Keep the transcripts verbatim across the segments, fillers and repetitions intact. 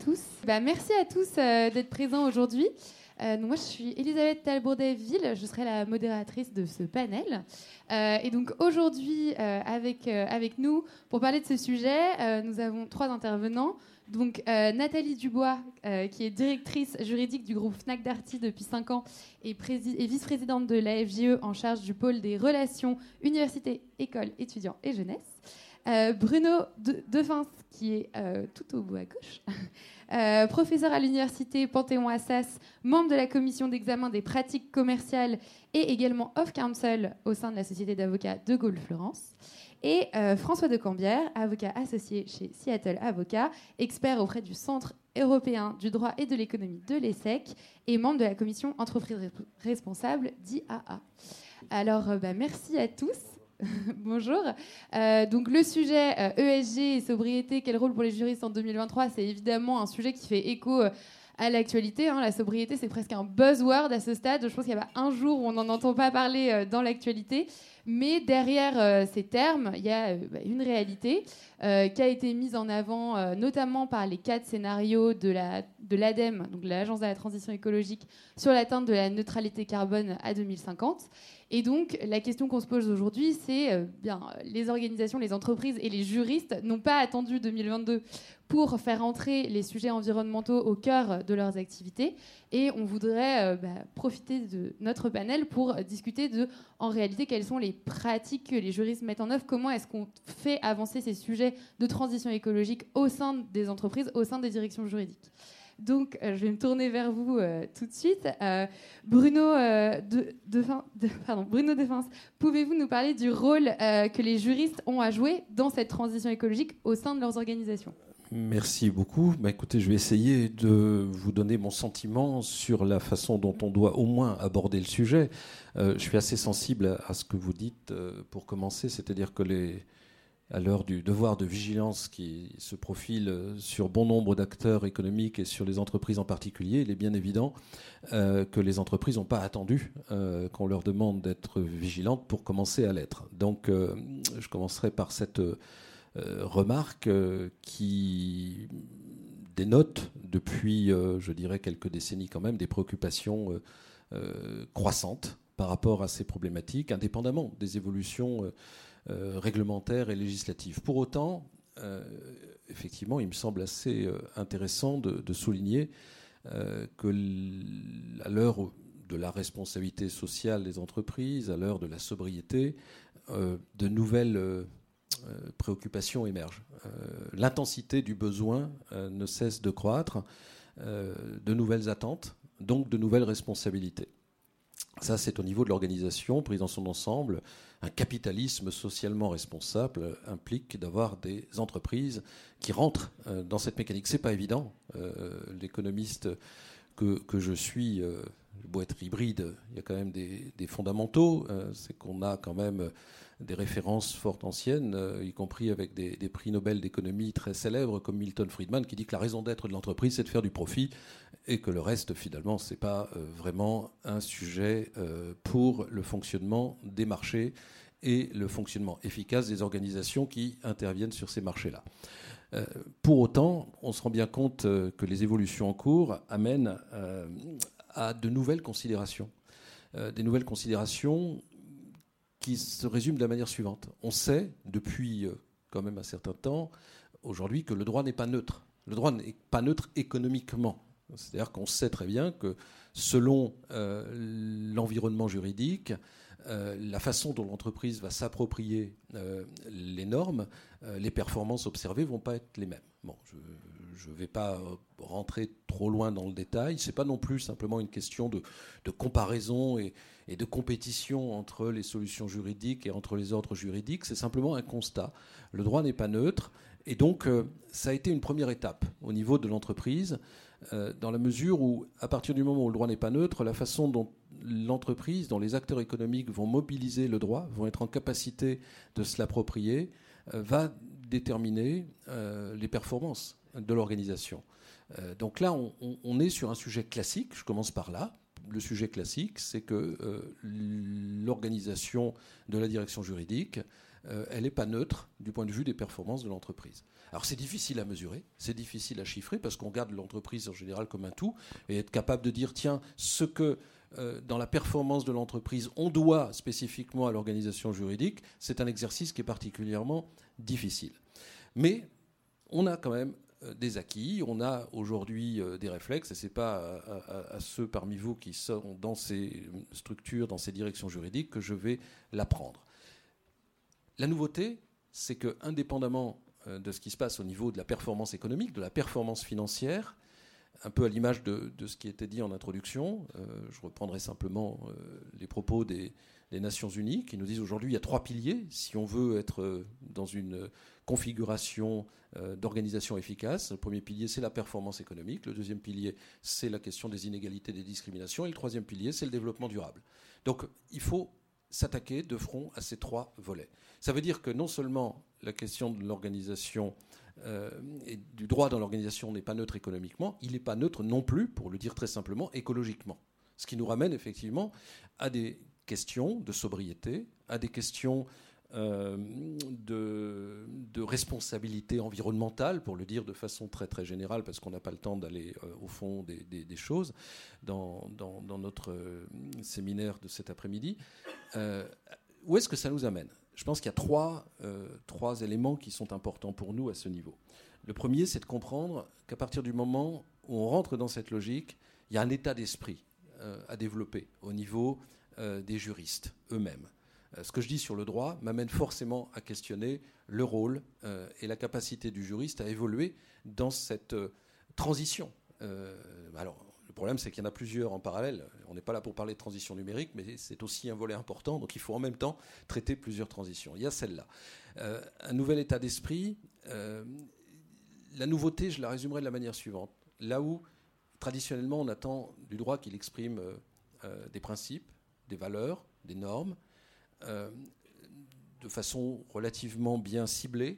tous. Bah, merci à tous euh, d'être présents aujourd'hui. Euh, donc moi, je suis Elisabeth Talbourdet-Ville, je serai la modératrice de ce panel. Euh, et donc aujourd'hui, euh, avec, euh, avec nous, pour parler de ce sujet, euh, nous avons trois intervenants. Donc euh, Nathalie Dubois, euh, qui est directrice juridique du groupe Fnac Darty depuis cinq ans et, prési- et vice-présidente de l'A F J E en charge du pôle des relations université, école, étudiants et jeunesse. Euh, Bruno de- Defens, qui est euh, tout au bout à gauche, euh, professeur à l'université Panthéon-Assas, membre de la commission d'examen des pratiques commerciales et également off counsel au sein de la société d'avocats de Gaulle-Fleurance. Et euh, François de Cambière, avocat associé chez Seattle Avocat, expert auprès du Centre européen du droit et de l'économie de l'E S S E C et membre de la commission entreprise responsable d'I A A. Alors, euh, bah, merci à tous. Bonjour. Euh, donc le sujet euh, E S G et sobriété, quel rôle pour les juristes en deux mille vingt-trois, c'est évidemment un sujet qui fait écho euh, à l'actualité. Hein. La sobriété, c'est presque un buzzword à ce stade. Je pense qu'il n'y a pas un jour où on n'en entend pas parler euh, dans l'actualité. Mais derrière euh, ces termes, il y a euh, bah, une réalité euh, qui a été mise en avant euh, notamment par les quatre scénarios de la, de l'ADEME, donc de l'Agence de la transition écologique, sur l'atteinte de la neutralité carbone à deux mille cinquante. Et donc, la question qu'on se pose aujourd'hui, c'est euh, bien, les organisations, les entreprises et les juristes n'ont pas attendu deux mille vingt-deux pour faire entrer les sujets environnementaux au cœur de leurs activités. Et on voudrait euh, bah, profiter de notre panel pour discuter de, en réalité, quelles sont les pratiques que les juristes mettent en œuvre, comment est-ce qu'on fait avancer ces sujets de transition écologique au sein des entreprises, au sein des directions juridiques. Donc, euh, je vais me tourner vers vous euh, tout de suite. Euh, Bruno, euh, de, de, de, pardon, Bruno Defens, pouvez-vous nous parler du rôle euh, que les juristes ont à jouer dans cette transition écologique au sein de leurs organisations ? Merci beaucoup. Bah, écoutez, je vais essayer de vous donner mon sentiment sur la façon dont on doit au moins aborder le sujet. Euh, je suis assez sensible à, à ce que vous dites euh, pour commencer, c'est-à-dire que les... à l'heure du devoir de vigilance qui se profile sur bon nombre d'acteurs économiques et sur les entreprises en particulier, il est bien évident euh, que les entreprises n'ont pas attendu euh, qu'on leur demande d'être vigilantes pour commencer à l'être. Donc, euh, je commencerai par cette euh, remarque euh, qui dénote depuis, euh, je dirais, quelques décennies quand même, des préoccupations euh, euh, croissantes par rapport à ces problématiques, indépendamment des évolutions euh, Euh, réglementaire et législative. Pour autant, euh, effectivement, il me semble assez euh, intéressant de, de souligner euh, que l- à l'heure de la responsabilité sociale des entreprises, à l'heure de la sobriété, euh, de nouvelles euh, préoccupations émergent. Euh, l'intensité du besoin euh, ne cesse de croître, euh, de nouvelles attentes, donc de nouvelles responsabilités. Ça, c'est au niveau de l'organisation prise dans son ensemble. Un capitalisme socialement responsable implique d'avoir des entreprises qui rentrent dans cette mécanique. C'est pas évident. Euh, l'économiste que, que je suis, euh, beau être hybride, il y a quand même des, des fondamentaux. Euh, c'est qu'on a quand même des références fort anciennes, euh, y compris avec des, des prix Nobel d'économie très célèbres comme Milton Friedman, qui dit que la raison d'être de l'entreprise, c'est de faire du profit, et que le reste, finalement, c'est pas euh, vraiment un sujet euh, pour le fonctionnement des marchés et le fonctionnement efficace des organisations qui interviennent sur ces marchés-là. Euh, pour autant, on se rend bien compte euh, que les évolutions en cours amènent euh, à de nouvelles considérations. Euh, des nouvelles considérations qui se résument de la manière suivante. On sait, depuis euh, quand même un certain temps, aujourd'hui, que le droit n'est pas neutre. Le droit n'est pas neutre économiquement. C'est-à-dire qu'on sait très bien que selon euh, l'environnement juridique, euh, la façon dont l'entreprise va s'approprier euh, les normes, euh, les performances observées ne vont pas être les mêmes. Bon, je ne vais pas rentrer trop loin dans le détail. Ce n'est pas non plus simplement une question de, de comparaison et, et de compétition entre les solutions juridiques et entre les ordres juridiques. C'est simplement un constat. Le droit n'est pas neutre. Et donc, euh, ça a été une première étape au niveau de l'entreprise, euh, dans la mesure où, à partir du moment où le droit n'est pas neutre, la façon dont l'entreprise, dont les acteurs économiques vont mobiliser le droit, vont être en capacité de se l'approprier, euh, va déterminer euh, les performances de l'organisation. Euh, donc là, on, on est sur un sujet classique. Je commence par là. Le sujet classique, c'est que euh, l'organisation de la direction juridique euh, elle n'est pas neutre du point de vue des performances de l'entreprise. Alors c'est difficile à mesurer, c'est difficile à chiffrer, parce qu'on regarde l'entreprise en général comme un tout, et être capable de dire, tiens, ce que euh, dans la performance de l'entreprise, on doit spécifiquement à l'organisation juridique, c'est un exercice qui est particulièrement difficile. Mais on a quand même des acquis, on a aujourd'hui des réflexes, et ce n'est pas à, à, à ceux parmi vous qui sont dans ces structures, dans ces directions juridiques, que je vais l'apprendre. La nouveauté, c'est que, indépendamment de ce qui se passe au niveau de la performance économique, de la performance financière, un peu à l'image de, de ce qui était dit en introduction, euh, je reprendrai simplement euh, les propos des, des Nations Unies qui nous disent aujourd'hui il y a trois piliers si on veut être dans une configuration euh, d'organisation efficace. Le premier pilier, c'est la performance économique. Le deuxième pilier, c'est la question des inégalités, des discriminations. Et le troisième pilier, c'est le développement durable. Donc il faut s'attaquer de front à ces trois volets. Ça veut dire que non seulement la question de l'organisation euh, et du droit dans l'organisation n'est pas neutre économiquement, il n'est pas neutre non plus, pour le dire très simplement, écologiquement. Ce qui nous ramène effectivement à des questions de sobriété, à des questions euh, de, de responsabilité environnementale, pour le dire de façon très très générale, parce qu'on n'a pas le temps d'aller euh, au fond des, des, des choses dans, dans, dans notre euh, séminaire de cet après-midi. Euh, où est-ce que ça nous amène ? Je pense qu'il y a trois, euh, trois éléments qui sont importants pour nous à ce niveau. Le premier, c'est de comprendre qu'à partir du moment où on rentre dans cette logique, il y a un état d'esprit euh, à développer au niveau euh, des juristes eux-mêmes. Euh, ce que je dis sur le droit m'amène forcément à questionner le rôle euh, et la capacité du juriste à évoluer dans cette euh, transition. Euh, alors, le problème, c'est qu'il y en a plusieurs en parallèle. On n'est pas là pour parler de transition numérique, mais c'est aussi un volet important. Donc il faut en même temps traiter plusieurs transitions. Il y a celle-là. Euh, un nouvel état d'esprit. Euh, la nouveauté, je la résumerai de la manière suivante. Là où, traditionnellement, on attend du droit qu'il exprime euh, euh, des principes, des valeurs, des normes, euh, de façon relativement bien ciblée,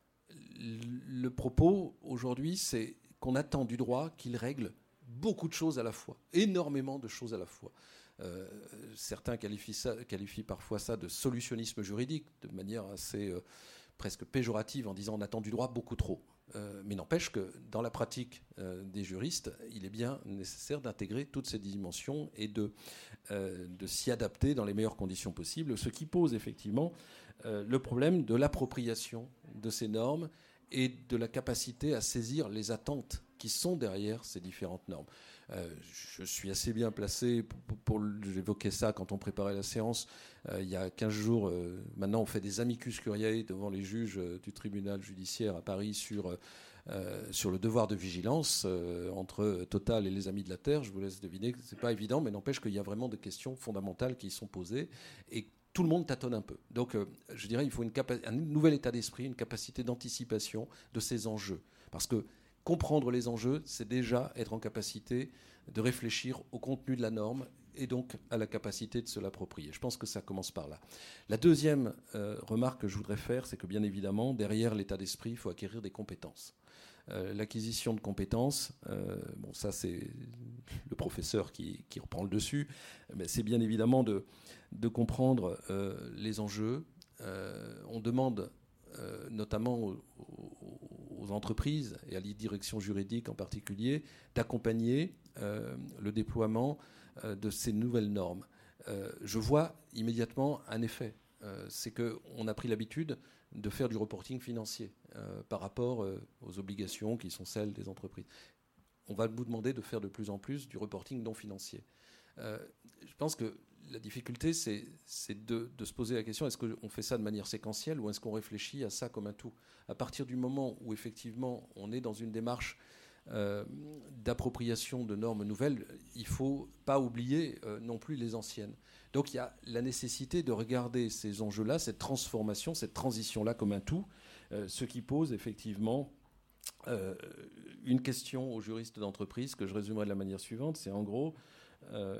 le propos, aujourd'hui, c'est qu'on attend du droit qu'il règle beaucoup de choses à la fois, énormément de choses à la fois. Euh, certains qualifient, ça, qualifient parfois ça de solutionnisme juridique, de manière assez euh, presque péjorative, en disant on attend du droit beaucoup trop. Euh, mais n'empêche que dans la pratique euh, des juristes, il est bien nécessaire d'intégrer toutes ces dimensions et de, euh, de s'y adapter dans les meilleures conditions possibles, ce qui pose effectivement euh, le problème de l'appropriation de ces normes et de la capacité à saisir les attentes qui sont derrière ces différentes normes. Euh, je suis assez bien placé pour, pour, pour j'évoquais ça quand on préparait la séance. Euh, il y a quinze jours, euh, maintenant on fait des amicus curiae devant les juges euh, du tribunal judiciaire à Paris sur, euh, sur le devoir de vigilance euh, entre Total et les Amis de la Terre. Je vous laisse deviner que ce n'est pas évident, mais n'empêche qu'il y a vraiment des questions fondamentales qui y sont posées et tout le monde tâtonne un peu. Donc euh, je dirais qu'il faut une capa- un nouvel état d'esprit, une capacité d'anticipation de ces enjeux. Parce que comprendre les enjeux, c'est déjà être en capacité de réfléchir au contenu de la norme et donc à la capacité de se l'approprier. Je pense que ça commence par là. La deuxième euh, remarque que je voudrais faire, c'est que bien évidemment, derrière l'état d'esprit, il faut acquérir des compétences. Euh, l'acquisition de compétences, euh, bon, ça c'est le professeur qui, qui reprend le dessus, mais c'est bien évidemment de, de comprendre euh, les enjeux. Euh, on demande euh, notamment aux, aux entreprises et à la direction juridique en particulier d'accompagner euh, le déploiement euh, de ces nouvelles normes. Euh, je vois immédiatement un effet. Euh, c'est qu'on a pris l'habitude de faire du reporting financier euh, par rapport euh, aux obligations qui sont celles des entreprises. On va vous demander de faire de plus en plus du reporting non financier. Euh, je pense que la difficulté, c'est, c'est de, de se poser la question, est-ce qu'on fait ça de manière séquentielle ou est-ce qu'on réfléchit à ça comme un tout ? À partir du moment où, effectivement, on est dans une démarche euh, d'appropriation de normes nouvelles, il ne faut pas oublier euh, non plus les anciennes. Donc il y a la nécessité de regarder ces enjeux-là, cette transformation, cette transition-là comme un tout, euh, ce qui pose effectivement euh, une question aux juristes d'entreprise que je résumerai de la manière suivante, c'est en gros euh,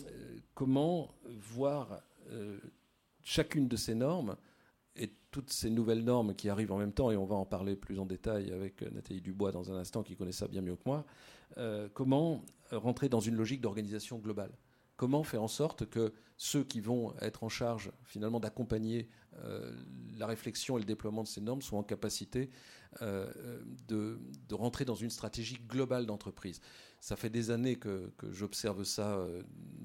comment voir euh, chacune de ces normes et toutes ces nouvelles normes qui arrivent en même temps, et on va en parler plus en détail avec Nathalie Dubois dans un instant, qui connaît ça bien mieux que moi, euh, comment rentrer dans une logique d'organisation globale ? comment faire en sorte que ceux qui vont être en charge finalement d'accompagner euh, la réflexion et le déploiement de ces normes soient en capacité euh, de, de rentrer dans une stratégie globale d'entreprise. Ça fait des années que, que j'observe ça euh,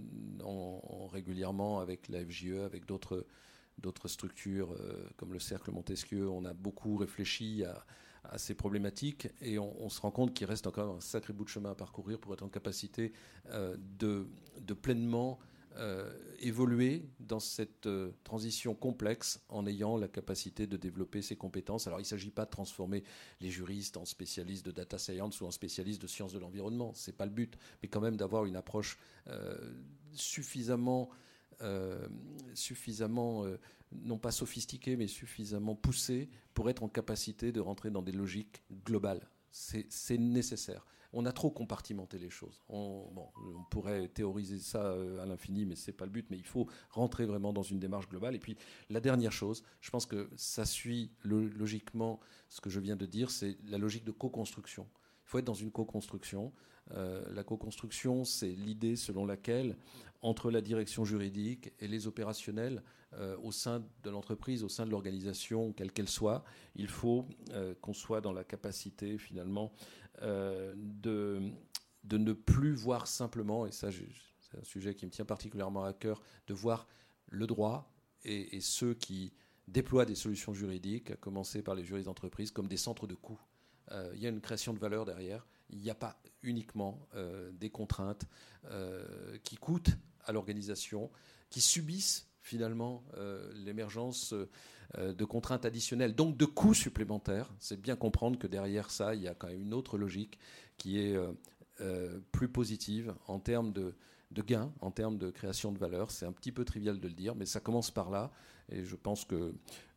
en, en régulièrement avec la F J E, avec d'autres, d'autres structures euh, comme le Cercle Montesquieu. On a beaucoup réfléchi à, à ces problématiques et on, on se rend compte qu'il reste encore un sacré bout de chemin à parcourir pour être en capacité euh, de, de pleinement euh, évoluer dans cette euh, transition complexe en ayant la capacité de développer ses compétences. Alors il ne s'agit pas de transformer les juristes en spécialistes de data science ou en spécialistes de sciences de l'environnement, ce n'est pas le but, mais quand même d'avoir une approche euh, suffisamment Euh, suffisamment, euh, non pas sophistiqué, mais suffisamment poussé pour être en capacité de rentrer dans des logiques globales. C'est, c'est nécessaire. On a trop compartimenté les choses. On, bon, on pourrait théoriser ça à l'infini, mais ce n'est pas le but. Mais il faut rentrer vraiment dans une démarche globale. Et puis, la dernière chose, je pense que ça suit le, logiquement ce que je viens de dire, c'est la logique de co-construction. Il faut être dans une co-construction. Euh, la co-construction, c'est l'idée selon laquelle, entre la direction juridique et les opérationnels, euh, au sein de l'entreprise, au sein de l'organisation, quelle qu'elle soit, il faut euh, qu'on soit dans la capacité, finalement, euh, de, de ne plus voir simplement, et ça, c'est un sujet qui me tient particulièrement à cœur, de voir le droit et, et ceux qui déploient des solutions juridiques, à commencer par les juristes d'entreprise, comme des centres de coûts. Euh, il y a une création de valeur derrière. Il n'y a pas uniquement euh, des contraintes euh, qui coûtent à l'organisation, qui subissent finalement euh, l'émergence euh, de contraintes additionnelles, donc de coûts supplémentaires. C'est bien comprendre que derrière ça, il y a quand même une autre logique qui est euh, euh, plus positive en termes de, de gains, en termes de création de valeur. C'est un petit peu trivial de le dire, mais ça commence par là. Et je pense que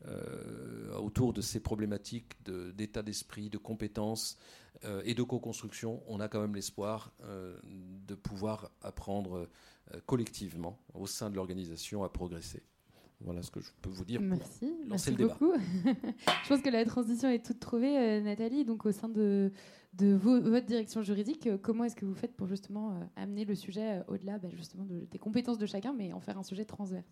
euh, autour de ces problématiques de, d'état d'esprit, de compétences euh, et de co-construction, on a quand même l'espoir euh, de pouvoir apprendre euh, collectivement au sein de l'organisation à progresser. Voilà ce que je peux vous dire. Merci, pour merci lancer le débat. beaucoup. Je pense que la transition est toute trouvée, euh, Nathalie. Donc, au sein de, de vos, votre direction juridique, euh, comment est-ce que vous faites pour justement euh, amener le sujet euh, au-delà bah, justement de, des compétences de chacun, mais en faire un sujet transverse?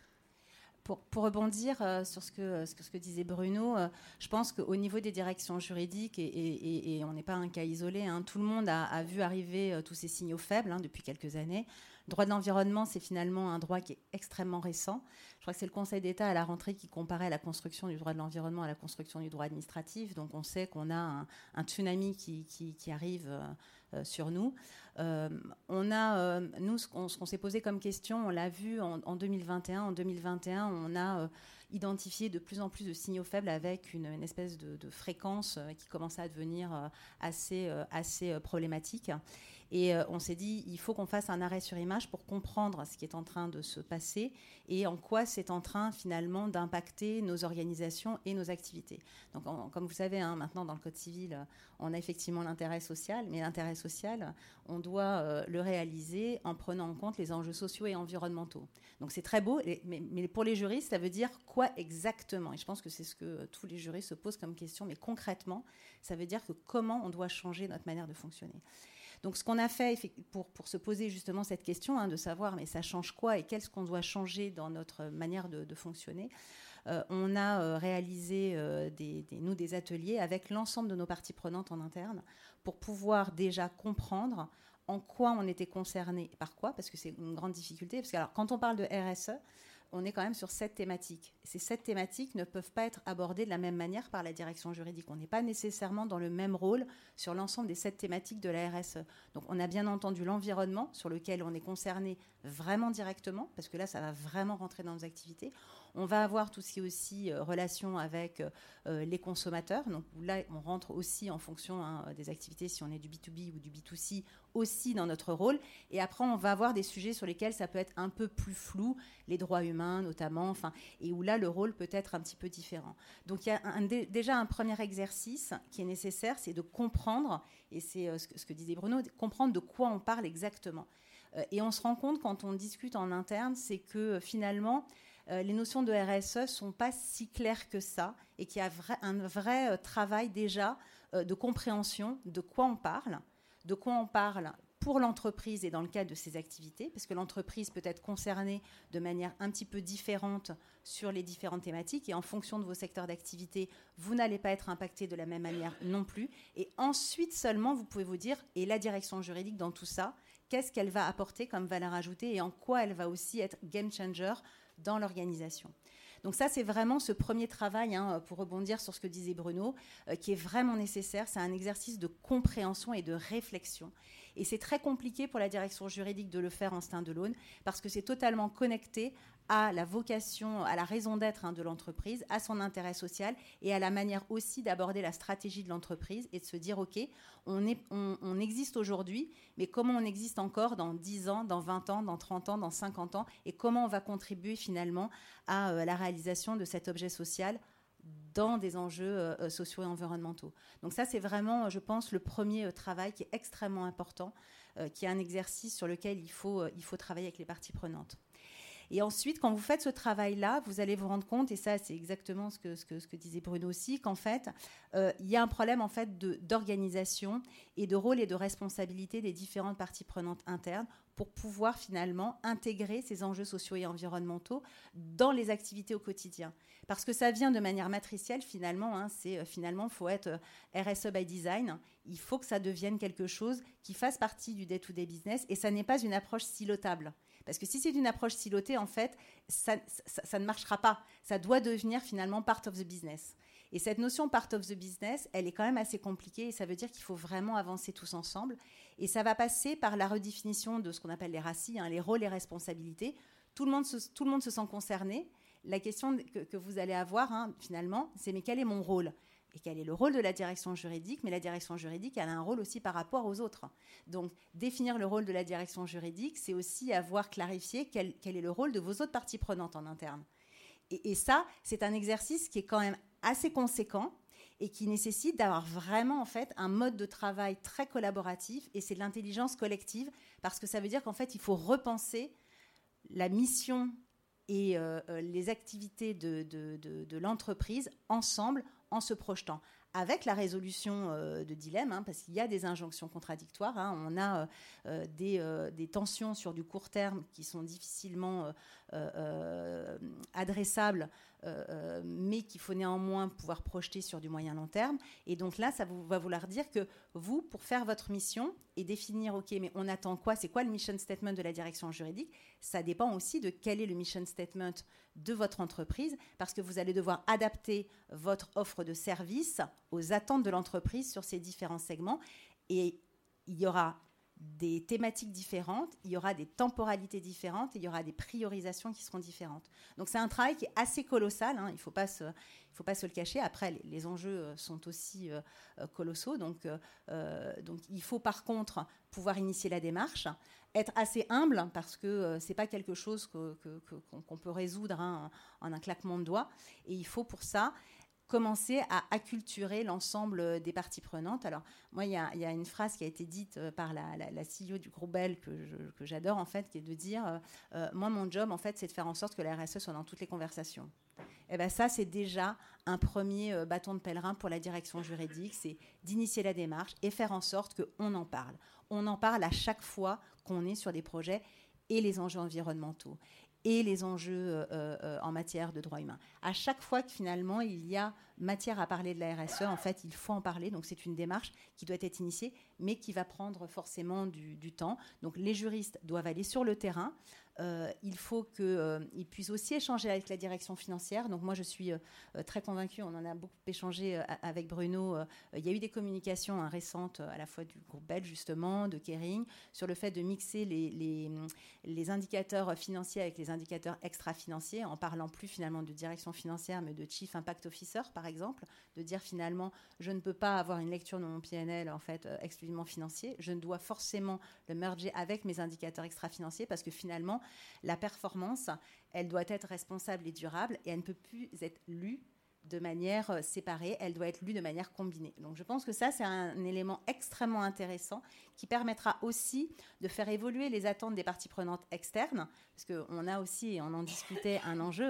Pour, pour rebondir euh, sur ce que, ce, que, ce que disait Bruno, euh, je pense qu'au niveau des directions juridiques, et, et, et on n'est pas un cas isolé, hein, tout le monde a, a vu arriver euh, tous ces signaux faibles hein, depuis quelques années. Le droit de l'environnement, c'est finalement un droit qui est extrêmement récent. Je crois que c'est le Conseil d'État à la rentrée qui comparait la construction du droit de l'environnement à la construction du droit administratif. Donc on sait qu'on a un, un tsunami qui, qui, qui arrive euh, sur nous. Euh, on a, euh, nous, ce qu'on, ce qu'on s'est posé comme question, on l'a vu en, en deux mille vingt et un. En deux mille vingt et un, on a euh, identifié de plus en plus de signaux faibles avec une, une espèce de, de fréquence euh, qui commençait à devenir euh, assez, euh, assez euh, problématique. Et euh, on s'est dit, il faut qu'on fasse un arrêt sur image pour comprendre ce qui est en train de se passer et en quoi c'est en train finalement d'impacter nos organisations et nos activités. Donc, on, comme vous savez, hein, maintenant dans le Code civil, on a effectivement l'intérêt social, mais l'intérêt social, on doit euh, le réaliser en prenant en compte les enjeux sociaux et environnementaux. Donc c'est très beau, mais, mais pour les juristes, ça veut dire quoi exactement? Et je pense que c'est ce que tous les juristes se posent comme question, mais concrètement, ça veut dire que comment on doit changer notre manière de fonctionner. Donc, ce qu'on a fait pour, pour se poser justement cette question, hein, de savoir mais ça change quoi et qu'est-ce qu'on doit changer dans notre manière de, de fonctionner, euh, on a euh, réalisé euh, des, des, nous des ateliers avec l'ensemble de nos parties prenantes en interne pour pouvoir déjà comprendre en quoi on était concerné, par quoi, parce que c'est une grande difficulté. Parce que alors, quand on parle de R S E, on est quand même sur sept thématiques. Ces sept thématiques ne peuvent pas être abordées de la même manière par la direction juridique. On n'est pas nécessairement dans le même rôle sur l'ensemble des sept thématiques de la R S E. Donc on a bien entendu l'environnement, sur lequel on est concerné vraiment directement, parce que là, ça va vraiment rentrer dans nos activités. On va avoir tout ce qui est aussi euh, relation avec euh, les consommateurs. Donc là, on rentre aussi en fonction hein, des activités, si on est du B deux B ou du B deux C, aussi dans notre rôle. Et après, on va avoir des sujets sur lesquels ça peut être un peu plus flou, les droits humains notamment, enfin, et où là, le rôle peut être un petit peu différent. Donc il y a un, déjà un premier exercice qui est nécessaire, c'est de comprendre, et c'est euh, ce, que, ce que disait Bruno, de comprendre de quoi on parle exactement. Euh, et on se rend compte quand on discute en interne, c'est que euh, finalement, Euh, les notions de R S E ne sont pas si claires que ça et qu'il y a vrai, un vrai euh, travail déjà euh, de compréhension de quoi on parle, de quoi on parle, pour l'entreprise et dans le cadre de ses activités, parce que l'entreprise peut être concernée de manière un petit peu différente sur les différentes thématiques, et en fonction de vos secteurs d'activité, vous n'allez pas être impacté de la même manière non plus. Et ensuite seulement, vous pouvez vous dire, et la direction juridique dans tout ça, qu'est-ce qu'elle va apporter comme valeur ajoutée et en quoi elle va aussi être game changer dans l'organisation. Donc ça, c'est vraiment ce premier travail, hein, pour rebondir sur ce que disait Bruno, euh, qui est vraiment nécessaire. C'est un exercice de compréhension et de réflexion. Et c'est très compliqué pour la direction juridique de le faire en stand-alone parce que c'est totalement connecté à la vocation, à la raison d'être, hein, de l'entreprise, à son intérêt social et à la manière aussi d'aborder la stratégie de l'entreprise et de se dire, OK, on, est, on, on existe aujourd'hui, mais comment on existe encore dans dix ans, dans vingt ans, dans trente ans, dans cinquante ans, et comment on va contribuer finalement à euh, la réalisation de cet objet social dans des enjeux euh, sociaux et environnementaux. Donc ça, c'est vraiment, je pense, le premier euh, travail qui est extrêmement important, euh, qui est un exercice sur lequel il faut, euh, il faut travailler avec les parties prenantes. Et ensuite, quand vous faites ce travail-là, vous allez vous rendre compte, et ça, c'est exactement ce que, ce que, ce que disait Bruno aussi, qu'en fait, euh, il y a un problème en fait, de, d'organisation et de rôle et de responsabilité des différentes parties prenantes internes pour pouvoir finalement intégrer ces enjeux sociaux et environnementaux dans les activités au quotidien. Parce que ça vient de manière matricielle, finalement, hein, c'est euh, finalement, il faut être euh, R S E by design, il faut que ça devienne quelque chose qui fasse partie du day-to-day business, et ça n'est pas une approche silotable. Parce que si c'est une approche silotée, en fait, ça, ça, ça ne marchera pas. Ça doit devenir finalement part of the business. Et cette notion part of the business, elle est quand même assez compliquée et ça veut dire qu'il faut vraiment avancer tous ensemble. Et ça va passer par la redéfinition de ce qu'on appelle les R A C I, hein, les rôles et responsabilités. Tout le monde se, tout le monde se sent concerné. La question que, que vous allez avoir, hein, finalement, c'est mais quel est mon rôle ? Et quel est le rôle de la direction juridique ? Mais la direction juridique, elle a un rôle aussi par rapport aux autres. Donc, définir le rôle de la direction juridique, c'est aussi avoir clarifié quel, quel est le rôle de vos autres parties prenantes en interne. Et, et ça, c'est un exercice qui est quand même assez conséquent et qui nécessite d'avoir vraiment, en fait, un mode de travail très collaboratif. Et c'est de l'intelligence collective, parce que ça veut dire qu'en fait, il faut repenser la mission et euh, les activités de, de, de, de l'entreprise ensemble, en se projetant, avec la résolution euh, de dilemmes, hein, parce qu'il y a des injonctions contradictoires. Hein, on a euh, des, euh, des tensions sur du court terme qui sont difficilement euh, euh, adressables, euh, mais qu'il faut néanmoins pouvoir projeter sur du moyen-long terme. Et donc là, ça vous, va vouloir dire que vous, pour faire votre mission et définir, OK, mais on attend quoi ? C'est quoi le mission statement de la direction juridique ? Ça dépend aussi de quel est le mission statement de votre entreprise, parce que vous allez devoir adapter votre offre de service aux attentes de l'entreprise sur ces différents segments. Et il y aura des thématiques différentes, il y aura des temporalités différentes, et il y aura des priorisations qui seront différentes. Donc c'est un travail qui est assez colossal, hein, il ne faut pas se, il faut pas se le cacher. Après, les, les enjeux sont aussi euh, colossaux, donc, euh, donc il faut par contre pouvoir initier la démarche, être assez humble, parce que euh, ce n'est pas quelque chose que, que, que, qu'on, qu'on peut résoudre, hein, en un claquement de doigts, et il faut pour ça commencer à acculturer l'ensemble des parties prenantes. Alors, moi, il y, y a une phrase qui a été dite par la, la, la C E O du groupe Bell que, je, que j'adore, en fait, qui est de dire euh, « Moi, mon job, en fait, c'est de faire en sorte que la R S E soit dans toutes les conversations. » Et bien ça, c'est déjà un premier euh, bâton de pèlerin pour la direction juridique, c'est d'initier la démarche et faire en sorte qu'on en parle. On en parle à chaque fois qu'on est sur des projets et les enjeux environnementaux et les enjeux euh, euh, en matière de droits humains. À chaque fois que finalement il y a matière à parler de la R S E, en fait, il faut en parler. Donc c'est une démarche qui doit être initiée, mais qui va prendre forcément du, du temps. Donc les juristes doivent aller sur le terrain. Euh, il faut qu'ils euh, puissent aussi échanger avec la direction financière. Donc moi, je suis euh, très convaincue, on en a beaucoup échangé euh, avec Bruno. Euh, il y a eu des communications hein, récentes, à la fois du groupe Bell, justement, de Kering, sur le fait de mixer les, les, les indicateurs financiers avec les indicateurs extra-financiers, en parlant plus finalement de direction financière, mais de Chief Impact Officer, par exemple, de dire finalement, je ne peux pas avoir une lecture de mon P and L en fait, euh, exclusivement financier, je dois forcément le merger avec mes indicateurs extra-financiers, parce que finalement, la performance, elle doit être responsable et durable et elle ne peut plus être lue de manière séparée, elle doit être lue de manière combinée. Donc je pense que ça, c'est un élément extrêmement intéressant qui permettra aussi de faire évoluer les attentes des parties prenantes externes, parce qu'on a aussi, et on en discutait, un enjeu, hein,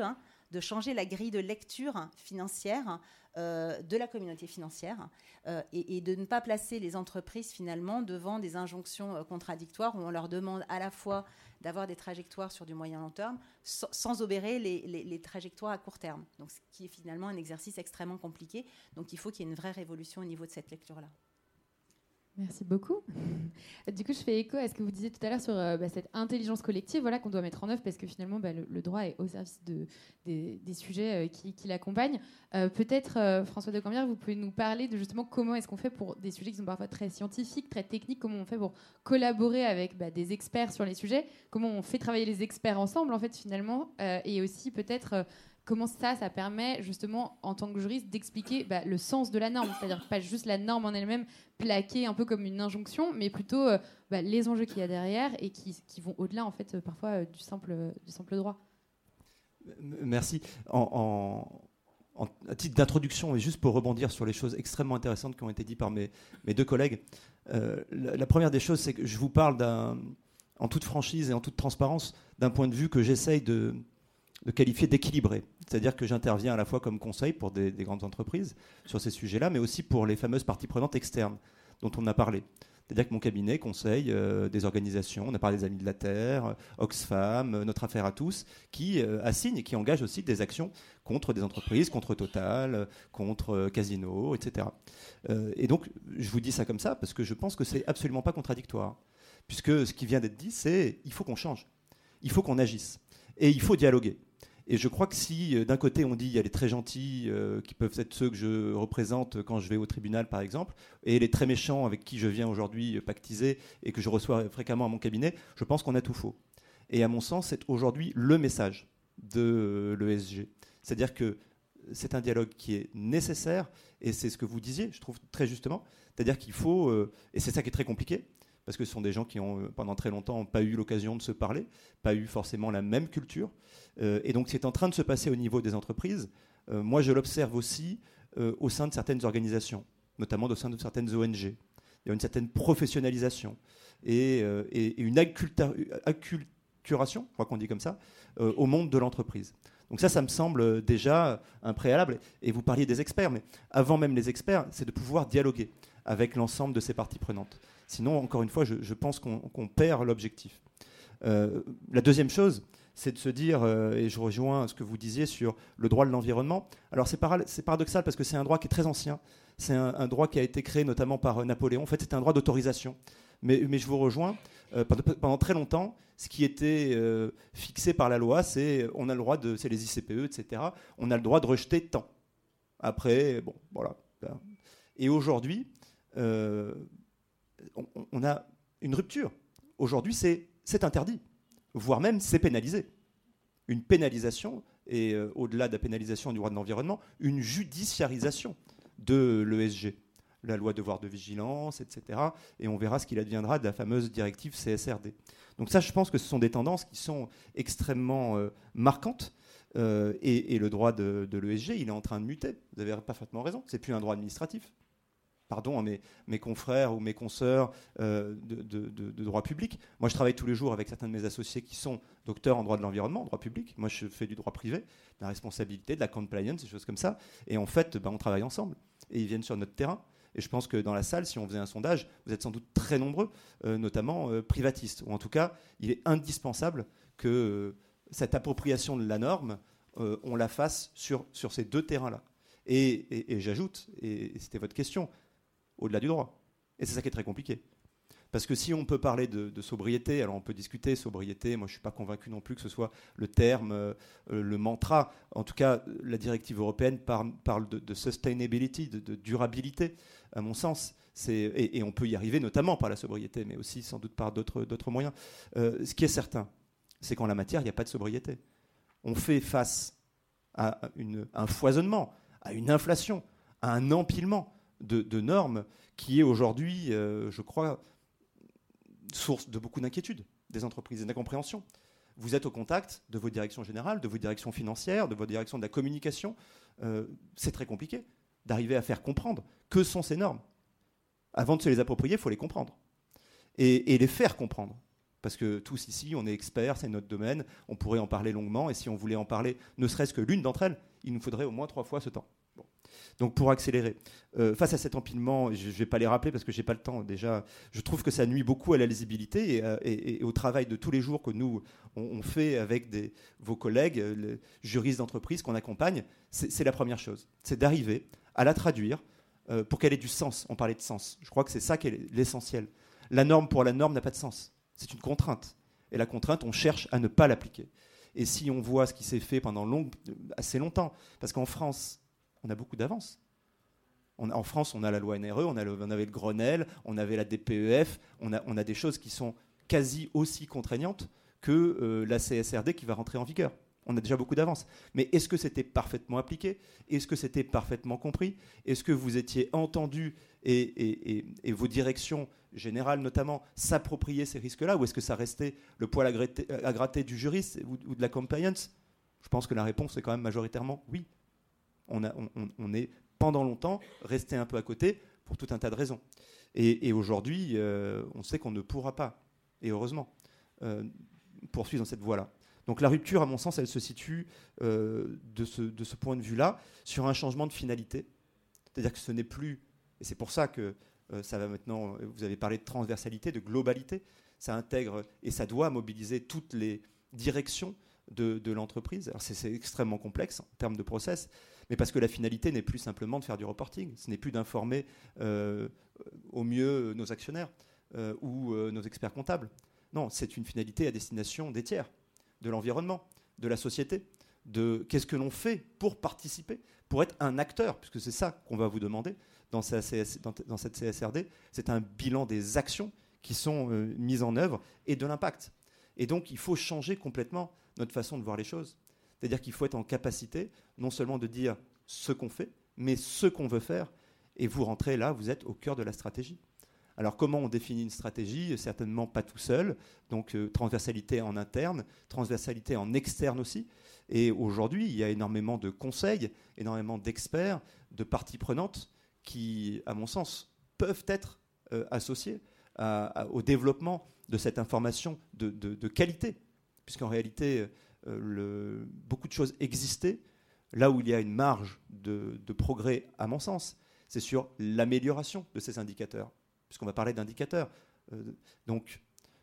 de changer la grille de lecture financière euh, de la communauté financière euh, et, et de ne pas placer les entreprises finalement devant des injonctions euh, contradictoires où on leur demande à la fois d'avoir des trajectoires sur du moyen long terme sans, sans obérer les, les, les trajectoires à court terme. Donc, ce qui est finalement un exercice extrêmement compliqué. Donc, il faut qu'il y ait une vraie révolution au niveau de cette lecture-là. Merci beaucoup. Du coup, je fais écho à ce que vous disiez tout à l'heure sur euh, bah, cette intelligence collective voilà, qu'on doit mettre en œuvre parce que finalement, bah, le, le droit est au service de, des, des sujets euh, qui, qui l'accompagnent. Euh, peut-être, euh, François de Cambière, vous pouvez nous parler de justement comment est-ce qu'on fait pour des sujets qui sont parfois très scientifiques, très techniques, comment on fait pour collaborer avec bah, des experts sur les sujets, comment on fait travailler les experts ensemble, en fait, finalement, euh, et aussi peut-être... Euh, comment ça, ça permet justement, en tant que juriste, d'expliquer bah, le sens de la norme, c'est-à-dire pas juste la norme en elle-même plaquée un peu comme une injonction, mais plutôt euh, bah, les enjeux qu'il y a derrière et qui, qui vont au-delà en fait, parfois euh, du, simple, euh, du simple droit. Merci. En, en, en, à titre d'introduction, et juste pour rebondir sur les choses extrêmement intéressantes qui ont été dites par mes, mes deux collègues, euh, la, la première des choses, c'est que je vous parle d'un, en toute franchise et en toute transparence d'un point de vue que j'essaye de... de qualifier d'équilibré. C'est-à-dire que j'interviens à la fois comme conseil pour des, des grandes entreprises sur ces sujets-là, mais aussi pour les fameuses parties prenantes externes dont on a parlé. C'est-à-dire que mon cabinet conseille euh, des organisations, on a parlé des Amis de la Terre, Oxfam, Notre Affaire à tous, qui euh, assignent et qui engagent aussi des actions contre des entreprises, contre Total, contre euh, Casino, et cetera. Euh, et donc, je vous dis ça comme ça parce que je pense que c'est absolument pas contradictoire. Puisque ce qui vient d'être dit, c'est il faut qu'on change, il faut qu'on agisse. Et il faut dialoguer. Et je crois que si, d'un côté, on dit il y a les très gentils, euh, qui peuvent être ceux que je représente quand je vais au tribunal, par exemple, et les très méchants avec qui je viens aujourd'hui pactiser et que je reçois fréquemment à mon cabinet, je pense qu'on a tout faux. Et à mon sens, c'est aujourd'hui le message de l'E S G. C'est-à-dire que c'est un dialogue qui est nécessaire, et c'est ce que vous disiez, je trouve très justement, c'est-à-dire qu'il faut, euh, et c'est ça qui est très compliqué, parce que ce sont des gens qui ont, pendant très longtemps, pas eu l'occasion de se parler, pas eu forcément la même culture. Euh, et donc, c'est en train de se passer au niveau des entreprises. Euh, moi, je l'observe aussi euh, au sein de certaines organisations, notamment au sein de certaines O N G. Il y a une certaine professionnalisation et, euh, et, et une acculturation, je crois qu'on dit comme ça, euh, au monde de l'entreprise. Donc ça, ça me semble déjà un préalable. Et vous parliez des experts, mais avant même les experts, c'est de pouvoir dialoguer avec l'ensemble de ces parties prenantes. Sinon, encore une fois, je, je pense qu'on, qu'on perd l'objectif. Euh, la deuxième chose, c'est de se dire, euh, et je rejoins ce que vous disiez sur le droit de l'environnement. Alors c'est, para- c'est paradoxal parce que c'est un droit qui est très ancien. C'est un, un droit qui a été créé notamment par Napoléon. En fait, c'est un droit d'autorisation. Mais, mais je vous rejoins. Euh, pendant, pendant très longtemps, ce qui était euh, fixé par la loi, c'est on a le droit de, c'est les I C P E, et cetera. On a le droit de rejeter tant. Après, bon, voilà. Et aujourd'hui, euh, on, on a une rupture. Aujourd'hui, c'est, c'est interdit, voire même c'est pénalisé. Une pénalisation, et euh, au-delà de la pénalisation du droit de l'environnement, une judiciarisation de l'E S G. La loi devoir de vigilance, et cetera. Et on verra ce qu'il adviendra de la fameuse directive C S R D. Donc ça, je pense que ce sont des tendances qui sont extrêmement euh, marquantes. Euh, et, et le droit de, de l'E S G, il est en train de muter. Vous avez parfaitement raison. C'est plus un droit administratif. Pardon à mes, mes confrères ou mes consoeurs euh, de, de, de, de droit public. Moi, je travaille tous les jours avec certains de mes associés qui sont docteurs en droit de l'environnement, en droit public. Moi, je fais du droit privé, de la responsabilité, de la compliance, des choses comme ça. Et en fait, ben, on travaille ensemble. Et ils viennent sur notre terrain. Et je pense que dans la salle, si on faisait un sondage, vous êtes sans doute très nombreux, euh, notamment euh, privatistes. Ou en tout cas, il est indispensable que euh, cette appropriation de la norme, euh, on la fasse sur, sur ces deux terrains-là. Et, et, et j'ajoute, et, et c'était votre question, au-delà du droit. Et c'est ça qui est très compliqué. Parce que si on peut parler de, de sobriété, alors on peut discuter sobriété, moi je ne suis pas convaincu non plus que ce soit le terme, euh, le mantra. En tout cas, la directive européenne parle, parle de, de sustainability, de, de durabilité, à mon sens. C'est, et, et on peut y arriver notamment par la sobriété, mais aussi sans doute par d'autres, d'autres moyens. Euh, ce qui est certain, c'est qu'en la matière, il n'y a pas de sobriété. On fait face à une, un foisonnement, à une inflation, à un empilement De, de normes qui est aujourd'hui, euh, je crois, source de beaucoup d'inquiétudes des entreprises et d'incompréhension. Vous êtes au contact de vos directions générales, de vos directions financières, de vos directions de la communication. Euh, c'est très compliqué d'arriver à faire comprendre que sont ces normes. Avant de se les approprier, il faut les comprendre. Et, et les faire comprendre. parce que tous ici, on est experts, c'est notre domaine, on pourrait en parler longuement, et si on voulait en parler, ne serait-ce que l'une d'entre elles, il nous faudrait au moins trois fois ce temps. Bon. Donc pour accélérer, euh, face à cet empilement, je ne vais pas les rappeler parce que je n'ai pas le temps déjà, je trouve que ça nuit beaucoup à la lisibilité et, et, et au travail de tous les jours que nous, on, on fait avec des, vos collègues, les juristes d'entreprise qu'on accompagne. C'est, c'est la première chose, c'est d'arriver à la traduire euh, pour qu'elle ait du sens. On parlait de sens, je crois que c'est ça qui est l'essentiel. La norme pour la norme n'a pas de sens, c'est une contrainte. Et la contrainte, on cherche à ne pas l'appliquer. Et si on voit ce qui s'est fait pendant long, assez longtemps, parce qu'en France, on a beaucoup d'avance. On a, en France, on a la loi N R E, on, a le, on avait le Grenelle, on avait la D P E F, on a, on a des choses qui sont quasi aussi contraignantes que euh, la C S R D qui va rentrer en vigueur. On a déjà beaucoup d'avance. Mais est-ce que c'était parfaitement appliqué ? Est-ce que c'était parfaitement compris ? Est-ce que vous étiez entendu et, et, et, et vos directions générales, notamment, s'appropriaient ces risques-là ? Ou est-ce que ça restait le poil à gratter, à gratter du juriste ou, ou de la compliance ? Je pense que la réponse est quand même majoritairement oui. On, a, on, on est pendant longtemps resté un peu à côté pour tout un tas de raisons. Et, et aujourd'hui, euh, on sait qu'on ne pourra pas, et heureusement, euh, poursuivre dans cette voie-là. Donc la rupture, à mon sens, elle se situe euh, de, ce, de ce point de vue-là sur un changement de finalité. C'est-à-dire que ce n'est plus, et c'est pour ça que euh, ça va maintenant, vous avez parlé de transversalité, de globalité, ça intègre et ça doit mobiliser toutes les directions de, de l'entreprise. Alors c'est, c'est extrêmement complexe en termes de process, mais parce que la finalité n'est plus simplement de faire du reporting, ce n'est plus d'informer euh, au mieux nos actionnaires euh, ou euh, nos experts comptables. Non, c'est une finalité à destination des tiers, de l'environnement, de la société, de qu'est-ce que l'on fait pour participer, pour être un acteur, puisque c'est ça qu'on va vous demander dans, C S, dans, dans cette C S R D, c'est un bilan des actions qui sont euh, mises en œuvre et de l'impact. Et donc, il faut changer complètement notre façon de voir les choses. C'est-à-dire qu'il faut être en capacité non seulement de dire ce qu'on fait, mais ce qu'on veut faire. Et vous rentrez là, vous êtes au cœur de la stratégie. Alors comment on définit une stratégie ? Certainement pas tout seul. Donc euh, transversalité en interne, transversalité en externe aussi. Et aujourd'hui, il y a énormément de conseils, énormément d'experts, de parties prenantes qui, à mon sens, peuvent être euh, associés à, à, au développement de cette information de, de, de qualité. Puisqu'en réalité, euh, le, beaucoup de choses existaient. Là où il y a une marge de, de progrès, à mon sens, c'est sur l'amélioration de ces indicateurs. Puisqu'on va parler d'indicateurs. Euh, donc,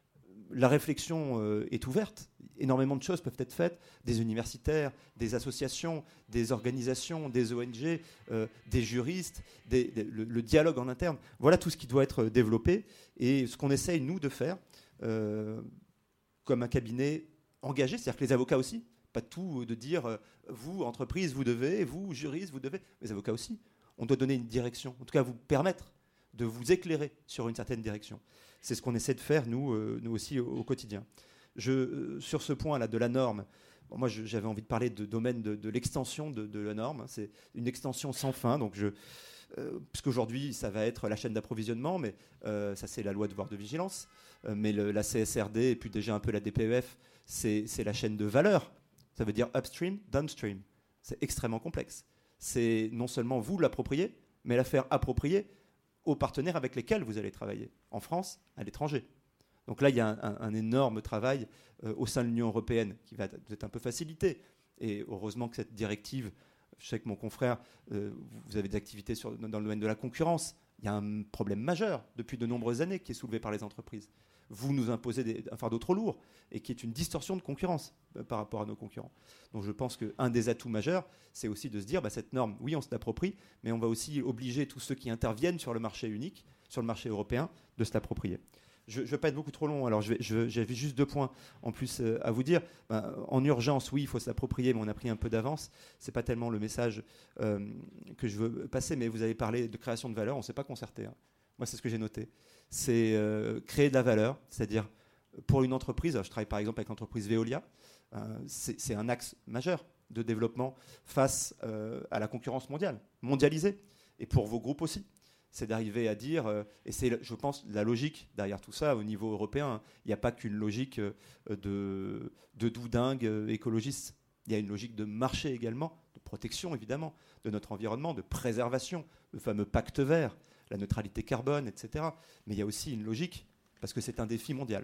la réflexion euh, est ouverte. Énormément de choses peuvent être faites. Des universitaires, des associations, des organisations, des O N G, euh, des juristes, des, des, le, le dialogue en interne. Voilà tout ce qui doit être développé. Et ce qu'on essaye, nous, de faire, euh, comme un cabinet engagé, c'est-à-dire que les avocats aussi, pas tout de dire, euh, vous, entreprise, vous devez, vous, juriste, vous devez. Les avocats aussi. On doit donner une direction, en tout cas vous permettre de vous éclairer sur une certaine direction. C'est ce qu'on essaie de faire, nous, euh, nous aussi, au, au quotidien. Je, euh, sur ce point-là, de la norme, bon, moi, je, j'avais envie de parler de domaine de, de l'extension de, de la norme. C'est une extension sans fin. Donc je, euh, puisqu'aujourd'hui, ça va être la chaîne d'approvisionnement, mais euh, ça, c'est la loi de devoir de vigilance. Euh, mais le, la C S R D, et puis déjà un peu la D P E F, c'est, c'est la chaîne de valeur. Ça veut dire upstream, downstream. C'est extrêmement complexe. C'est non seulement vous l'approprier, mais la faire approprier aux partenaires avec lesquels vous allez travailler, en France, à l'étranger. Donc là, il y a un, un, un énorme travail euh, au sein de l'Union européenne qui va être un peu facilité. Et heureusement que cette directive, je sais que mon confrère, euh, vous avez des activités sur, dans le domaine de la concurrence, il y a un problème majeur depuis de nombreuses années qui est soulevé par les entreprises. Vous nous imposez des, un fardeau trop lourd et qui est une distorsion de concurrence euh, par rapport à nos concurrents. Donc je pense qu'un des atouts majeurs, c'est aussi de se dire, bah, cette norme, oui, on se l'approprie, mais on va aussi obliger tous ceux qui interviennent sur le marché unique, sur le marché européen, de se l'approprier. Je ne vais pas être beaucoup trop long, alors je vais, je, j'avais juste deux points en plus euh, à vous dire. Ben, en urgence, oui, il faut s'approprier, mais on a pris un peu d'avance. Ce n'est pas tellement le message euh, que je veux passer, mais vous avez parlé de création de valeur, on ne s'est pas concerté. Hein. Moi, c'est ce que j'ai noté. C'est euh, créer de la valeur, c'est-à-dire pour une entreprise, je travaille par exemple avec l'entreprise Veolia, euh, c'est, c'est un axe majeur de développement face euh, à la concurrence mondiale, mondialisée, et pour vos groupes aussi. C'est d'arriver à dire, euh, et c'est, je pense, la logique derrière tout ça au niveau européen. Hein. Il n'y a pas qu'une logique euh, de, de doudingue euh, écologiste. Il y a une logique de marché également, de protection évidemment, de notre environnement, de préservation, le fameux pacte vert, la neutralité carbone, et cetera. Mais il y a aussi une logique, parce que c'est un défi mondial.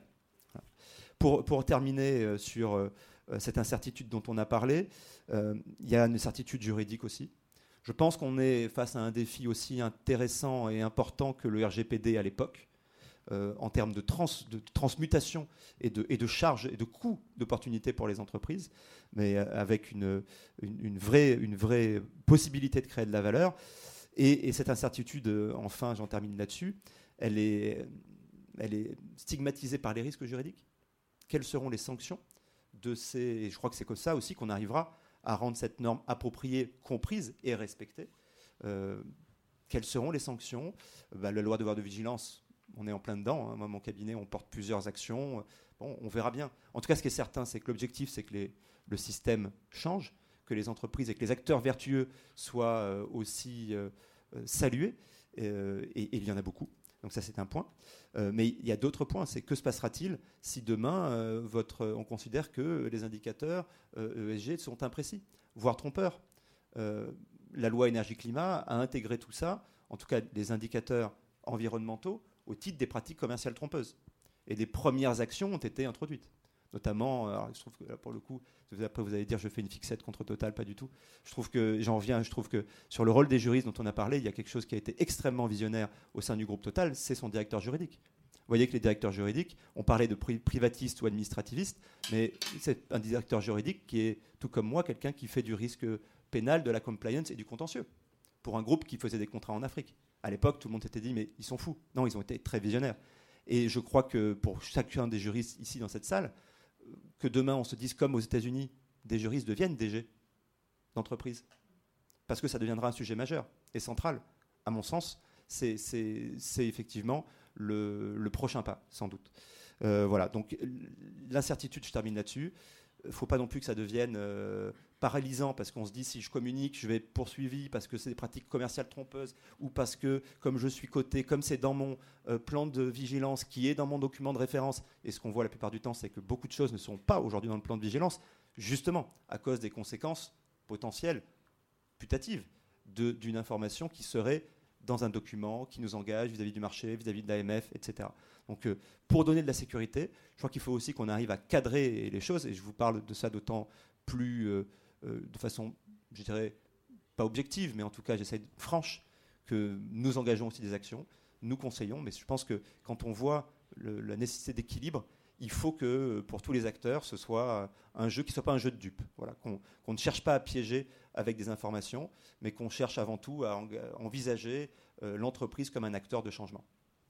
Voilà. Pour, pour terminer euh, sur euh, cette incertitude dont on a parlé, euh, il y a une incertitude juridique aussi. Je pense qu'on est face à un défi aussi intéressant et important que le R G P D à l'époque, euh, en termes de, trans, de transmutation et de, et de charges et de coûts d'opportunités pour les entreprises, mais avec une, une, une, vraie, une vraie possibilité de créer de la valeur. Et, et cette incertitude, enfin, j'en termine là-dessus, elle est, elle est stigmatisée par les risques juridiques. Quelles seront les sanctions de ces... Et je crois que c'est comme ça aussi qu'on arrivera à rendre cette norme appropriée, comprise et respectée. Euh, quelles seront les sanctions ? bah, La loi de devoir de vigilance, on est en plein dedans. Hein. Moi, mon cabinet, on porte plusieurs actions. Bon, on verra bien. En tout cas, ce qui est certain, c'est que l'objectif, c'est que les, le système change, que les entreprises et que les acteurs vertueux soient euh, aussi euh, euh, salués. Euh, et, et il y en a beaucoup. Donc ça, c'est un point. Euh, mais il y a d'autres points. C'est que se passera-t-il si demain, euh, votre, on considère que les indicateurs euh, E S G sont imprécis, voire trompeurs. Euh, la loi énergie-climat a intégré tout ça, en tout cas les indicateurs environnementaux, au titre des pratiques commerciales trompeuses. Et des premières actions ont été introduites. Notamment, alors, je trouve que là, pour le coup, après vous allez dire je fais une fixette contre Total, pas du tout. Je trouve que j'en viens, je trouve que sur le rôle des juristes dont on a parlé, il y a quelque chose qui a été extrêmement visionnaire au sein du groupe Total, c'est son directeur juridique. Vous voyez que les directeurs juridiques, on parlait de pri- privatistes ou administrativistes, mais c'est un directeur juridique qui est, tout comme moi, quelqu'un qui fait du risque pénal, de la compliance et du contentieux, pour un groupe qui faisait des contrats en Afrique. À l'époque, tout le monde s'était dit, mais ils sont fous. Non, ils ont été très visionnaires. Et je crois que pour chacun des juristes ici dans cette salle, que demain on se dise comme aux États-Unis, des juristes deviennent D G d'entreprise. Parce que ça deviendra un sujet majeur et central. À mon sens, c'est, c'est, c'est effectivement le, le prochain pas, sans doute. Euh, voilà, donc l'incertitude, je termine là-dessus. Il ne faut pas non plus que ça devienne euh, paralysant parce qu'on se dit si je communique, je vais être poursuivi parce que c'est des pratiques commerciales trompeuses ou parce que comme je suis coté, comme c'est dans mon euh, plan de vigilance qui est dans mon document de référence, et ce qu'on voit la plupart du temps, c'est que beaucoup de choses ne sont pas aujourd'hui dans le plan de vigilance, justement à cause des conséquences potentielles, putatives, de, d'une information qui serait dans un document qui nous engage vis-à-vis du marché, vis-à-vis de l'A M F, et cetera. Donc, euh, pour donner de la sécurité, je crois qu'il faut aussi qu'on arrive à cadrer les choses, et je vous parle de ça d'autant plus, euh, euh, de façon, je dirais, pas objective, mais en tout cas, j'essaie de, franche, que nous engageons aussi des actions, nous conseillons, mais je pense que quand on voit le, la nécessité d'équilibre, il faut que pour tous les acteurs, ce soit un jeu qui ne soit pas un jeu de dupes. Voilà, qu'on, qu'on ne cherche pas à piéger avec des informations, mais qu'on cherche avant tout à envisager euh, l'entreprise comme un acteur de changement.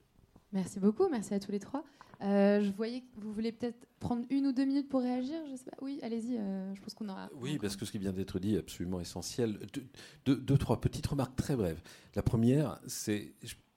Merci beaucoup, merci à tous les trois. Euh, je voyais que vous voulez peut-être prendre une ou deux minutes pour réagir, je sais pas. Oui, allez-y, euh, je pense qu'on aura... Oui, encore. Parce que ce qui vient d'être dit est absolument essentiel. Deux, deux, deux trois petites remarques très brèves. La première, c'est...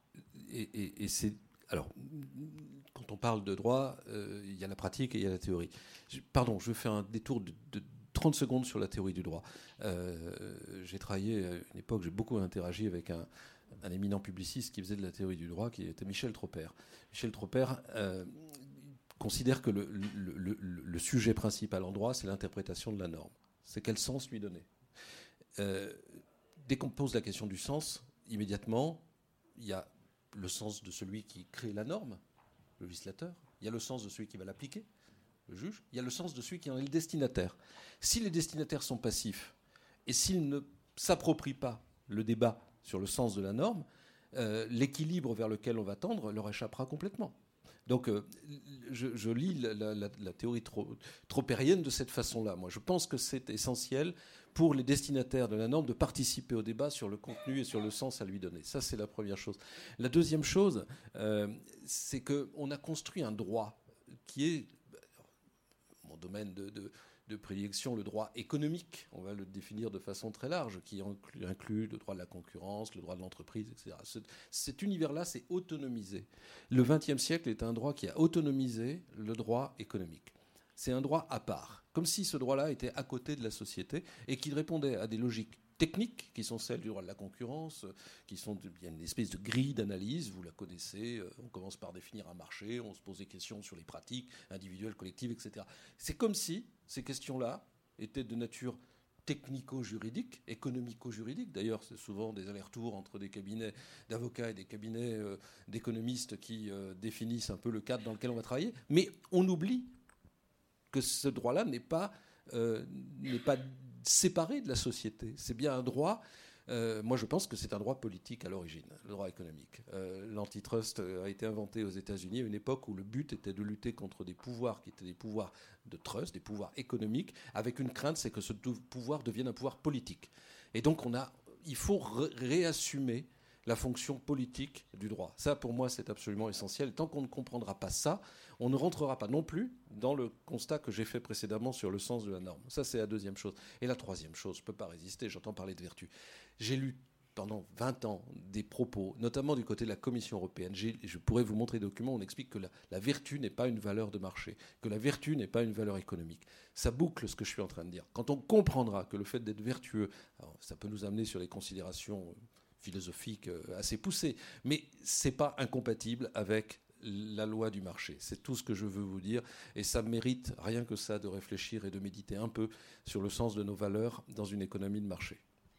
Et, et, et c'est alors, quand on parle de droit, euh, il y a la pratique et il y a la théorie. Je, pardon, je fais un détour de, de trente secondes sur la théorie du droit. Euh, j'ai travaillé à une époque, j'ai beaucoup interagi avec un, un éminent publiciste qui faisait de la théorie du droit, qui était Michel Tropper. Michel Tropper euh, considère que le, le, le, le sujet principal en droit, c'est l'interprétation de la norme. C'est quel sens lui donner. Euh, dès qu'on pose la question du sens, immédiatement, il y a le sens de celui qui crée la norme, le législateur. Il y a le sens de celui qui va l'appliquer, le juge. Il y a le sens de celui qui en est le destinataire. Si les destinataires sont passifs et s'ils ne s'approprient pas le débat sur le sens de la norme, euh, l'équilibre vers lequel on va tendre leur échappera complètement. Donc, euh, je, je lis la, la, la théorie trop, tropérienne de cette façon-là. Moi, je pense que c'est essentiel pour les destinataires de la norme de participer au débat sur le contenu et sur le sens à lui donner. Ça, c'est la première chose. La deuxième chose, euh, c'est qu'on a construit un droit qui est, mon domaine de, de, de prédilection, le droit économique, on va le définir de façon très large, qui inclut, inclut le droit de la concurrence, le droit de l'entreprise, et cetera. Ce, cet univers-là, c'est autonomisé. Le vingtième siècle est un droit qui a autonomisé le droit économique. C'est un droit à part, comme si ce droit-là était à côté de la société et qu'il répondait à des logiques techniques qui sont celles du droit de la concurrence, qui sont il y a une espèce de grille d'analyse, vous la connaissez, on commence par définir un marché, on se pose des questions sur les pratiques individuelles, collectives, et cetera. C'est comme si ces questions-là étaient de nature technico-juridiques, économico-juridiques. D'ailleurs, c'est souvent des allers-retours entre des cabinets d'avocats et des cabinets euh, d'économistes qui euh, définissent un peu le cadre dans lequel on va travailler. Mais on oublie que ce droit-là n'est pas, euh, n'est pas séparé de la société. C'est bien un droit... Euh, moi, je pense que c'est un droit politique à l'origine, le droit économique. Euh, l'antitrust a été inventé aux États-Unis à une époque où le but était de lutter contre des pouvoirs qui étaient des pouvoirs de trust, des pouvoirs économiques, avec une crainte, c'est que ce pouvoir devienne un pouvoir politique. Et donc, on a, il faut ré- réassumer la fonction politique du droit. Ça, pour moi, c'est absolument essentiel. Tant qu'on ne comprendra pas ça, on ne rentrera pas non plus dans le constat que j'ai fait précédemment sur le sens de la norme. Ça, c'est la deuxième chose. Et la troisième chose, je ne peux pas résister, j'entends parler de vertu. J'ai lu pendant vingt ans des propos, notamment du côté de la Commission européenne. J'ai, je pourrais vous montrer des documents où on explique que la, la vertu n'est pas une valeur de marché, que la vertu n'est pas une valeur économique. Ça boucle ce que je suis en train de dire. Quand on comprendra que le fait d'être vertueux, alors ça peut nous amener sur les considérations philosophique assez poussée, mais ce n'est pas incompatible avec la loi du marché. C'est tout ce que je veux vous dire, et ça mérite rien que ça de réfléchir et de méditer un peu sur le sens de nos valeurs dans une économie de marché.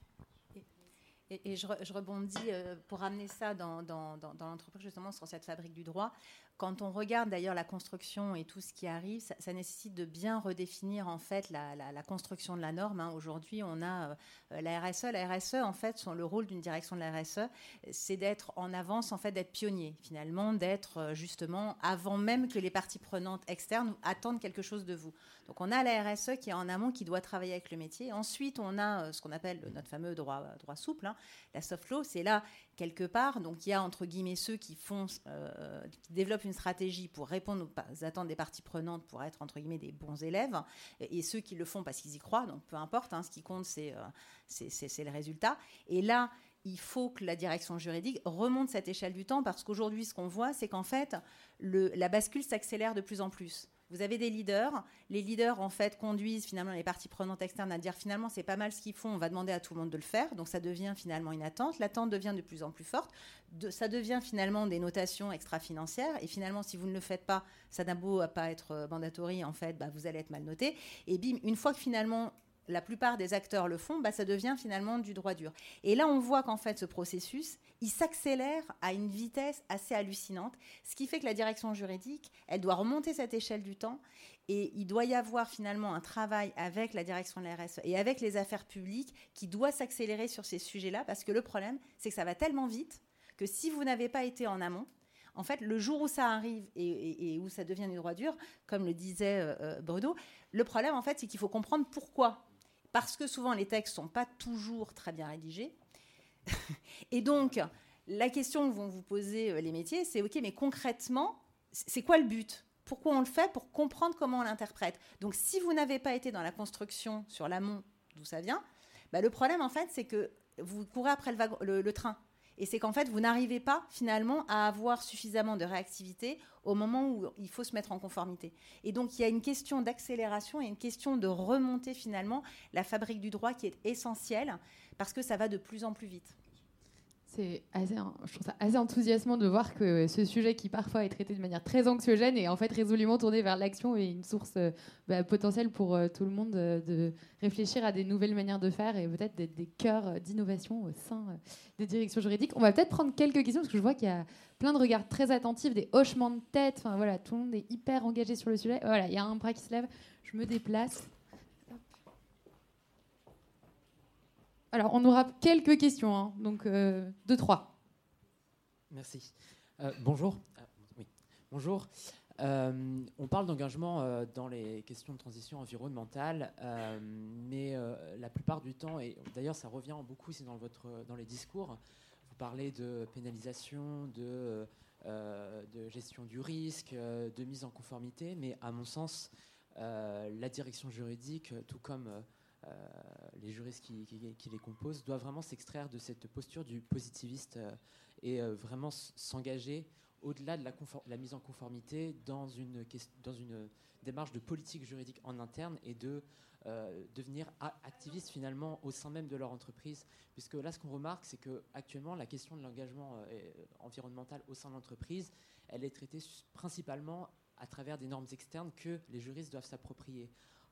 Et, et je, re, je rebondis euh, pour ramener ça dans, dans, dans, dans l'entreprise, justement, sur cette fabrique du droit. Quand on regarde d'ailleurs la construction et tout ce qui arrive, ça, ça nécessite de bien redéfinir en fait la, la, la construction de la norme. Hein. Aujourd'hui, on a euh, la R S E. La R S E, en fait, son, le rôle d'une direction de la R S E, c'est d'être en avance, en fait, d'être pionnier, finalement, d'être euh, justement avant même que les parties prenantes externes attendent quelque chose de vous. Donc, on a la R S E qui est en amont, qui doit travailler avec le métier. Ensuite, on a euh, ce qu'on appelle notre fameux droit, droit souple, hein. La soft law, c'est là quelque part. Donc, il y a entre guillemets ceux qui font, euh, qui développent une stratégie pour répondre aux attentes des parties prenantes, pour être entre guillemets des bons élèves, et, et ceux qui le font parce qu'ils y croient. Donc, peu importe. Hein, ce qui compte, c'est, euh, c'est, c'est, c'est le résultat. Et là, il faut que la direction juridique remonte cette échelle du temps, parce qu'aujourd'hui, ce qu'on voit, c'est qu'en fait, le, la bascule s'accélère de plus en plus. Vous avez des leaders. Les leaders, en fait, conduisent finalement les parties prenantes externes à dire finalement, c'est pas mal ce qu'ils font, on va demander à tout le monde de le faire. Donc, ça devient finalement une attente. L'attente devient de plus en plus forte. De, ça devient finalement des notations extra-financières. Et finalement, si vous ne le faites pas, ça n'a beau à pas être mandatory, en fait, bah, vous allez être mal noté. Et bim, une fois que finalement, la plupart des acteurs le font, bah, ça devient finalement du droit dur. Et là, on voit qu'en fait, ce processus, il s'accélère à une vitesse assez hallucinante, ce qui fait que la direction juridique, elle doit remonter cette échelle du temps, et il doit y avoir finalement un travail avec la direction de la R S E et avec les affaires publiques qui doit s'accélérer sur ces sujets-là, parce que le problème, c'est que ça va tellement vite que si vous n'avez pas été en amont, en fait, le jour où ça arrive et, et, et où ça devient du droit dur, comme le disait euh, Bruno, le problème, en fait, c'est qu'il faut comprendre pourquoi. Parce que souvent, les textes ne sont pas toujours très bien rédigés. Et donc, la question que vont vous poser les métiers, c'est « OK, mais concrètement, c'est quoi le but ? Pourquoi on le fait ? Pour comprendre comment on l'interprète. » Donc, si vous n'avez pas été dans la construction sur l'amont, d'où ça vient, bah, le problème, en fait, c'est que vous courez après le, wagon, le, le train. Et c'est qu'en fait, vous n'arrivez pas, finalement, à avoir suffisamment de réactivité au moment où il faut se mettre en conformité. Et donc, il y a une question d'accélération et une question de remonter, finalement, la fabrique du droit qui est essentielle, parce que ça va de plus en plus vite. C'est assez, je trouve ça assez enthousiasmant de voir que ce sujet qui parfois est traité de manière très anxiogène est en fait résolument tourné vers l'action et une source euh, bah, potentielle pour euh, tout le monde euh, de réfléchir à des nouvelles manières de faire et peut-être d'être des cœurs d'innovation au sein euh, des directions juridiques. On va peut-être prendre quelques questions parce que je vois qu'il y a plein de regards très attentifs, des hochements de tête. Enfin voilà, tout le monde est hyper engagé sur le sujet. Voilà, il y a un bras qui se lève. Je me déplace. Alors, on aura quelques questions, hein, donc euh, deux, trois. Merci. Euh, bonjour. Ah, oui. Bonjour. Euh, on parle d'engagement euh, dans les questions de transition environnementale, euh, mais euh, la plupart du temps, et d'ailleurs ça revient beaucoup ici dans, votre, dans les discours, vous parlez de pénalisation, de, euh, de gestion du risque, euh, de mise en conformité, mais à mon sens, euh, la direction juridique, tout comme... Euh, Euh, les juristes qui, qui, qui les composent doivent vraiment s'extraire de cette posture du positiviste euh, et euh, vraiment s'engager au-delà de la, la mise en conformité dans une, dans une démarche de politique juridique en interne et de euh, devenir activiste finalement au sein même de leur entreprise. Puisque là, ce qu'on remarque, c'est qu'actuellement, la question de l'engagement euh, environnemental au sein de l'entreprise, elle est traitée principalement à travers des normes externes que les juristes doivent s'approprier.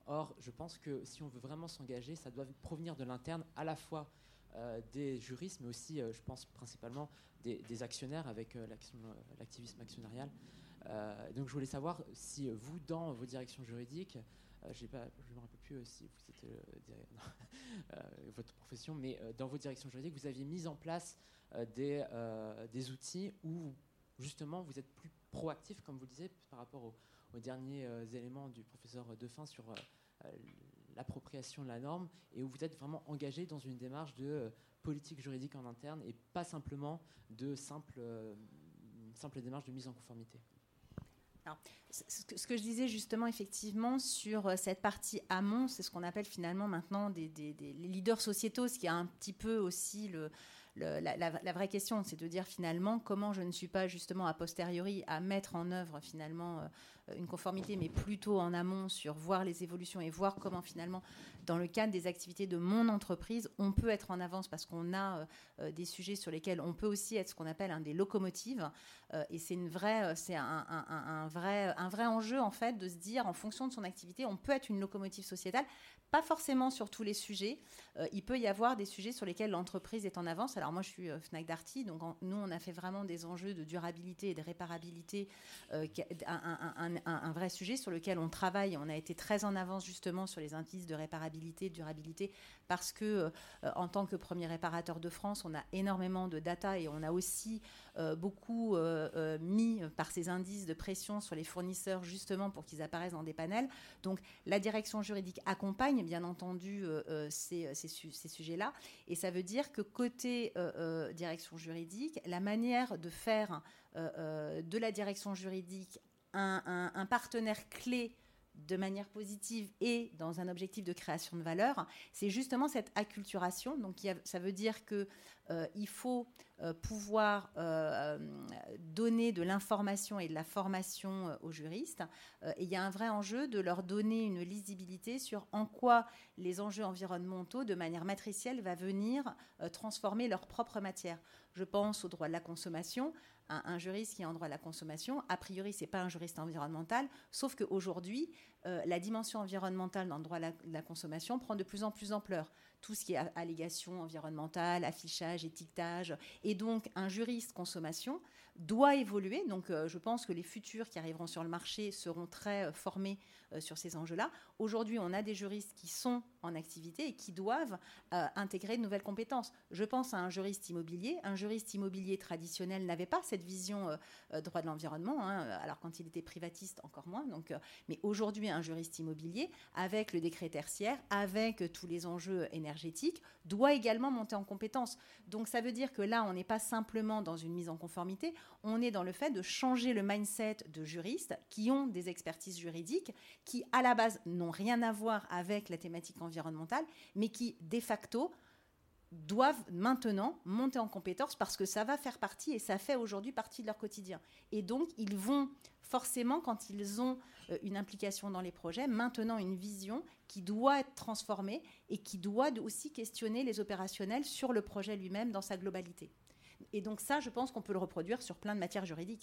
Or, je pense que si on veut vraiment s'engager, ça doit provenir de l'interne, à la fois euh, des juristes, mais aussi, euh, je pense principalement, des, des actionnaires avec euh, l'activisme actionnarial. Euh, donc, je voulais savoir si vous, dans vos directions juridiques, euh, j'ai pas, je ne me rappelle plus euh, si vous êtes euh, euh, votre profession, mais euh, dans vos directions juridiques, vous aviez mis en place euh, des, euh, des outils où, justement, vous êtes plus proactif, comme vous le disiez, par rapport au aux derniers euh, éléments du professeur Defin sur euh, l'appropriation de la norme, et où vous êtes vraiment engagé dans une démarche de euh, politique juridique en interne et pas simplement de simple, euh, simple démarche de mise en conformité. Alors, ce que, ce que je disais justement effectivement sur cette partie amont, c'est ce qu'on appelle finalement maintenant des, des, des leaders sociétaux, ce qui est un petit peu aussi le... Le, la, la, la vraie question, c'est de dire finalement comment je ne suis pas justement a posteriori à mettre en œuvre finalement euh, une conformité, mais plutôt en amont sur voir les évolutions et voir comment finalement, dans le cadre des activités de mon entreprise, on peut être en avance parce qu'on a euh, des sujets sur lesquels on peut aussi être ce qu'on appelle un des locomotives. Euh, et c'est une vraie, c'est un, un, un, un, vrai, un vrai enjeu en fait de se dire en fonction de son activité, on peut être une locomotive sociétale. Pas forcément sur tous les sujets. Euh, il peut y avoir des sujets sur lesquels l'entreprise est en avance. Alors moi, je suis euh, Fnac Darty, donc en, nous, on a fait vraiment des enjeux de durabilité et de réparabilité, euh, un, un, un, un vrai sujet sur lequel on travaille. On a été très en avance justement sur les indices de réparabilité, de durabilité, parce que euh, en tant que premier réparateur de France, on a énormément de data et on a aussi euh, beaucoup euh, euh, mis par ces indices de pression sur les fournisseurs justement pour qu'ils apparaissent dans des panels. Donc la direction juridique accompagne bien entendu euh, ces, ces, ces sujets-là. Et ça veut dire que côté euh, euh, direction juridique, la manière de faire euh, euh, de la direction juridique un, un, un partenaire clé de manière positive et dans un objectif de création de valeur, c'est justement cette acculturation. Donc, il y a, ça veut dire qu'il euh, faut euh, pouvoir euh, donner de l'information et de la formation euh, aux juristes. Euh, et il y a un vrai enjeu de leur donner une lisibilité sur en quoi les enjeux environnementaux, de manière matricielle, va venir euh, transformer leur propre matière. Je pense au droit de la consommation. Un, un juriste qui est en droit de la consommation, a priori, ce n'est pas un juriste environnemental, sauf qu'aujourd'hui, euh, la dimension environnementale dans le droit de la, de la consommation prend de plus en plus d'ampleur. Tout ce qui est allégation environnementale, affichage, étiquetage. Et donc, un juriste consommation doit évoluer. Donc, euh, je pense que les futurs qui arriveront sur le marché seront très euh, formés euh, sur ces enjeux-là. Aujourd'hui, on a des juristes qui sont en activité et qui doivent euh, intégrer de nouvelles compétences. Je pense à un juriste immobilier. Un juriste immobilier traditionnel n'avait pas cette vision euh, droit de l'environnement, hein, alors quand il était privatiste, encore moins. Donc, euh, mais aujourd'hui, un juriste immobilier, avec le décret tertiaire, avec euh, tous les enjeux énergétiques, doit également monter en compétences. Donc, ça veut dire que là, on n'est pas simplement dans une mise en conformité, on est dans le fait de changer le mindset de juristes qui ont des expertises juridiques, qui, à la base, n'ont rien à voir avec la thématique environnementale, mais qui, de facto, doivent maintenant monter en compétences parce que ça va faire partie, et ça fait aujourd'hui partie de leur quotidien. Et donc, ils vont forcément, quand ils ont une implication dans les projets, maintenant une vision qui doit être transformée et qui doit aussi questionner les opérationnels sur le projet lui-même dans sa globalité. Et donc ça, je pense qu'on peut le reproduire sur plein de matières juridiques.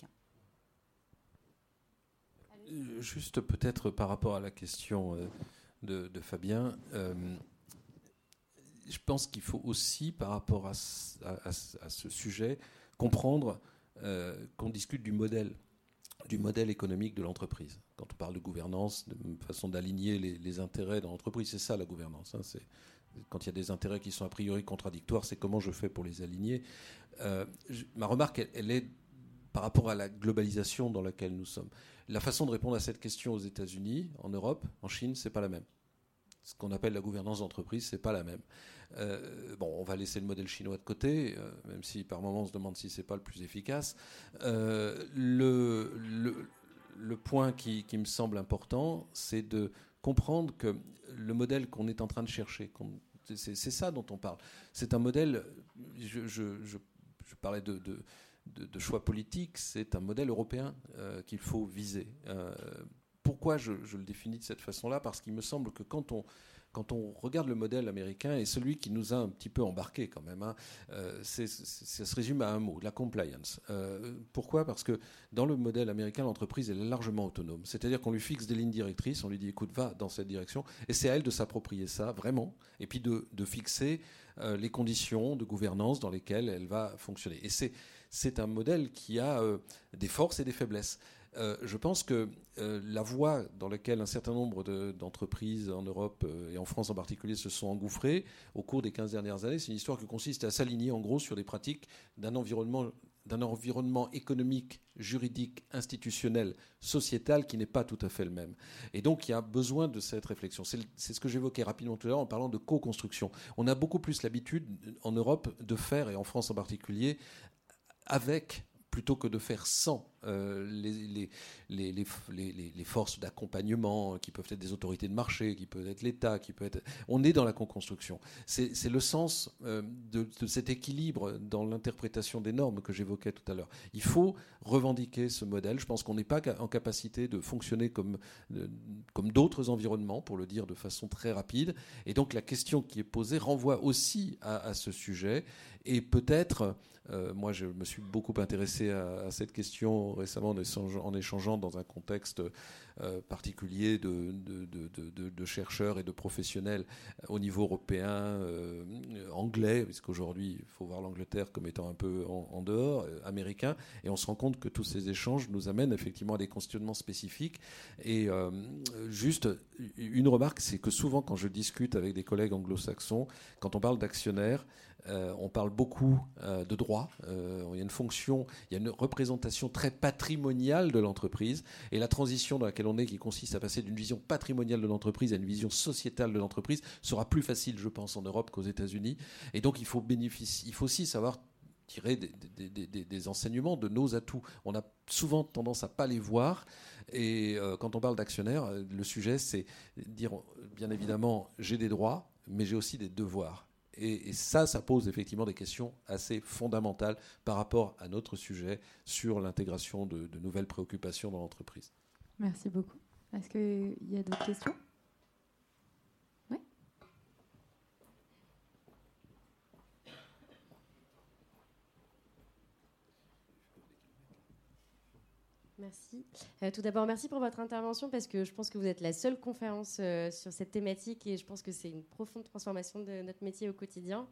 Juste peut-être par rapport à la question de, de Fabien, euh, je pense qu'il faut aussi, par rapport à, à, à ce sujet, comprendre euh, qu'on discute du modèle, du modèle économique de l'entreprise. Quand on parle de gouvernance, de façon d'aligner les, les intérêts dans l'entreprise, c'est ça la gouvernance. Hein, c'est, quand il y a des intérêts qui sont a priori contradictoires, c'est comment je fais pour les aligner. Euh, je, ma remarque, elle, elle est par rapport à la globalisation dans laquelle nous sommes. La façon de répondre à cette question aux États-Unis, en Europe, en Chine, c'est pas la même. Ce qu'on appelle la gouvernance d'entreprise, c'est pas la même. Euh, bon, on va laisser le modèle chinois de côté, euh, même si par moments on se demande si c'est pas le plus efficace. Euh, le, le, le point qui, qui me semble important, c'est de comprendre que le modèle qu'on est en train de chercher, qu'on, c'est, c'est ça dont on parle. C'est un modèle. Je, je, je, je parlais de, de, de, de choix politique. C'est un modèle européen euh, qu'il faut viser. Euh, Pourquoi je, je le définis de cette façon-là ? Parce qu'il me semble que quand on quand on regarde le modèle américain et celui qui nous a un petit peu embarqué quand même, hein, euh, c'est, c'est, ça se résume à un mot, la compliance. Euh, pourquoi ? Parce que dans le modèle américain, l'entreprise elle est largement autonome. C'est-à-dire qu'on lui fixe des lignes directrices, on lui dit écoute, va dans cette direction, et c'est à elle de s'approprier ça vraiment, et puis de, de fixer euh, les conditions de gouvernance dans lesquelles elle va fonctionner. Et c'est, c'est un modèle qui a euh, des forces et des faiblesses. Euh, je pense que euh, la voie dans laquelle un certain nombre de, d'entreprises en Europe euh, et en France en particulier se sont engouffrées au cours des quinze dernières années, c'est une histoire qui consiste à s'aligner en gros sur des pratiques d'un environnement, d'un environnement économique, juridique, institutionnel, sociétal qui n'est pas tout à fait le même. Et donc il y a besoin de cette réflexion. C'est, c'est ce que j'évoquais rapidement tout à l'heure en parlant de co-construction. On a beaucoup plus l'habitude en Europe de faire, et en France en particulier, avec plutôt que de faire sans euh, les, les, les, les, les, les forces d'accompagnement qui peuvent être des autorités de marché, qui peuvent être l'État, qui peut être... On est dans la co-construction. C'est, c'est le sens euh, de, de cet équilibre dans l'interprétation des normes que j'évoquais tout à l'heure. Il faut revendiquer ce modèle. Je pense qu'on n'est pas en capacité de fonctionner comme, de, comme d'autres environnements, pour le dire de façon très rapide. Et donc la question qui est posée renvoie aussi à, à ce sujet. Et peut-être... Euh, moi, je me suis beaucoup intéressé à, à cette question récemment en échangeant, en échangeant dans un contexte euh, particulier de, de, de, de, de chercheurs et de professionnels au niveau européen, euh, anglais, puisqu'aujourd'hui, il faut voir l'Angleterre comme étant un peu en, en dehors, euh, américain, et on se rend compte que tous ces échanges nous amènent effectivement à des questionnements spécifiques. Et euh, juste une remarque, c'est que souvent, quand je discute avec des collègues anglo-saxons, quand on parle d'actionnaires, Euh, on parle beaucoup euh, de droit. Euh, il y a une fonction, il y a une représentation très patrimoniale de l'entreprise. Et la transition dans laquelle on est, qui consiste à passer d'une vision patrimoniale de l'entreprise à une vision sociétale de l'entreprise, sera plus facile, je pense, en Europe qu'aux États-Unis. Et donc, il faut, bénéficier, il faut aussi savoir tirer des, des, des, des enseignements de nos atouts. On a souvent tendance à ne pas les voir. Et euh, quand on parle d'actionnaires, le sujet, c'est dire, bien évidemment, j'ai des droits, mais j'ai aussi des devoirs. Et, et ça, ça pose effectivement des questions assez fondamentales par rapport à notre sujet sur l'intégration de, de nouvelles préoccupations dans l'entreprise. Merci beaucoup. Est-ce qu'il y a d'autres questions ? Oui. Merci. Euh, tout d'abord, merci pour votre intervention parce que je pense que vous êtes la seule conférence euh, sur cette thématique et je pense que c'est une profonde transformation de notre métier au quotidien.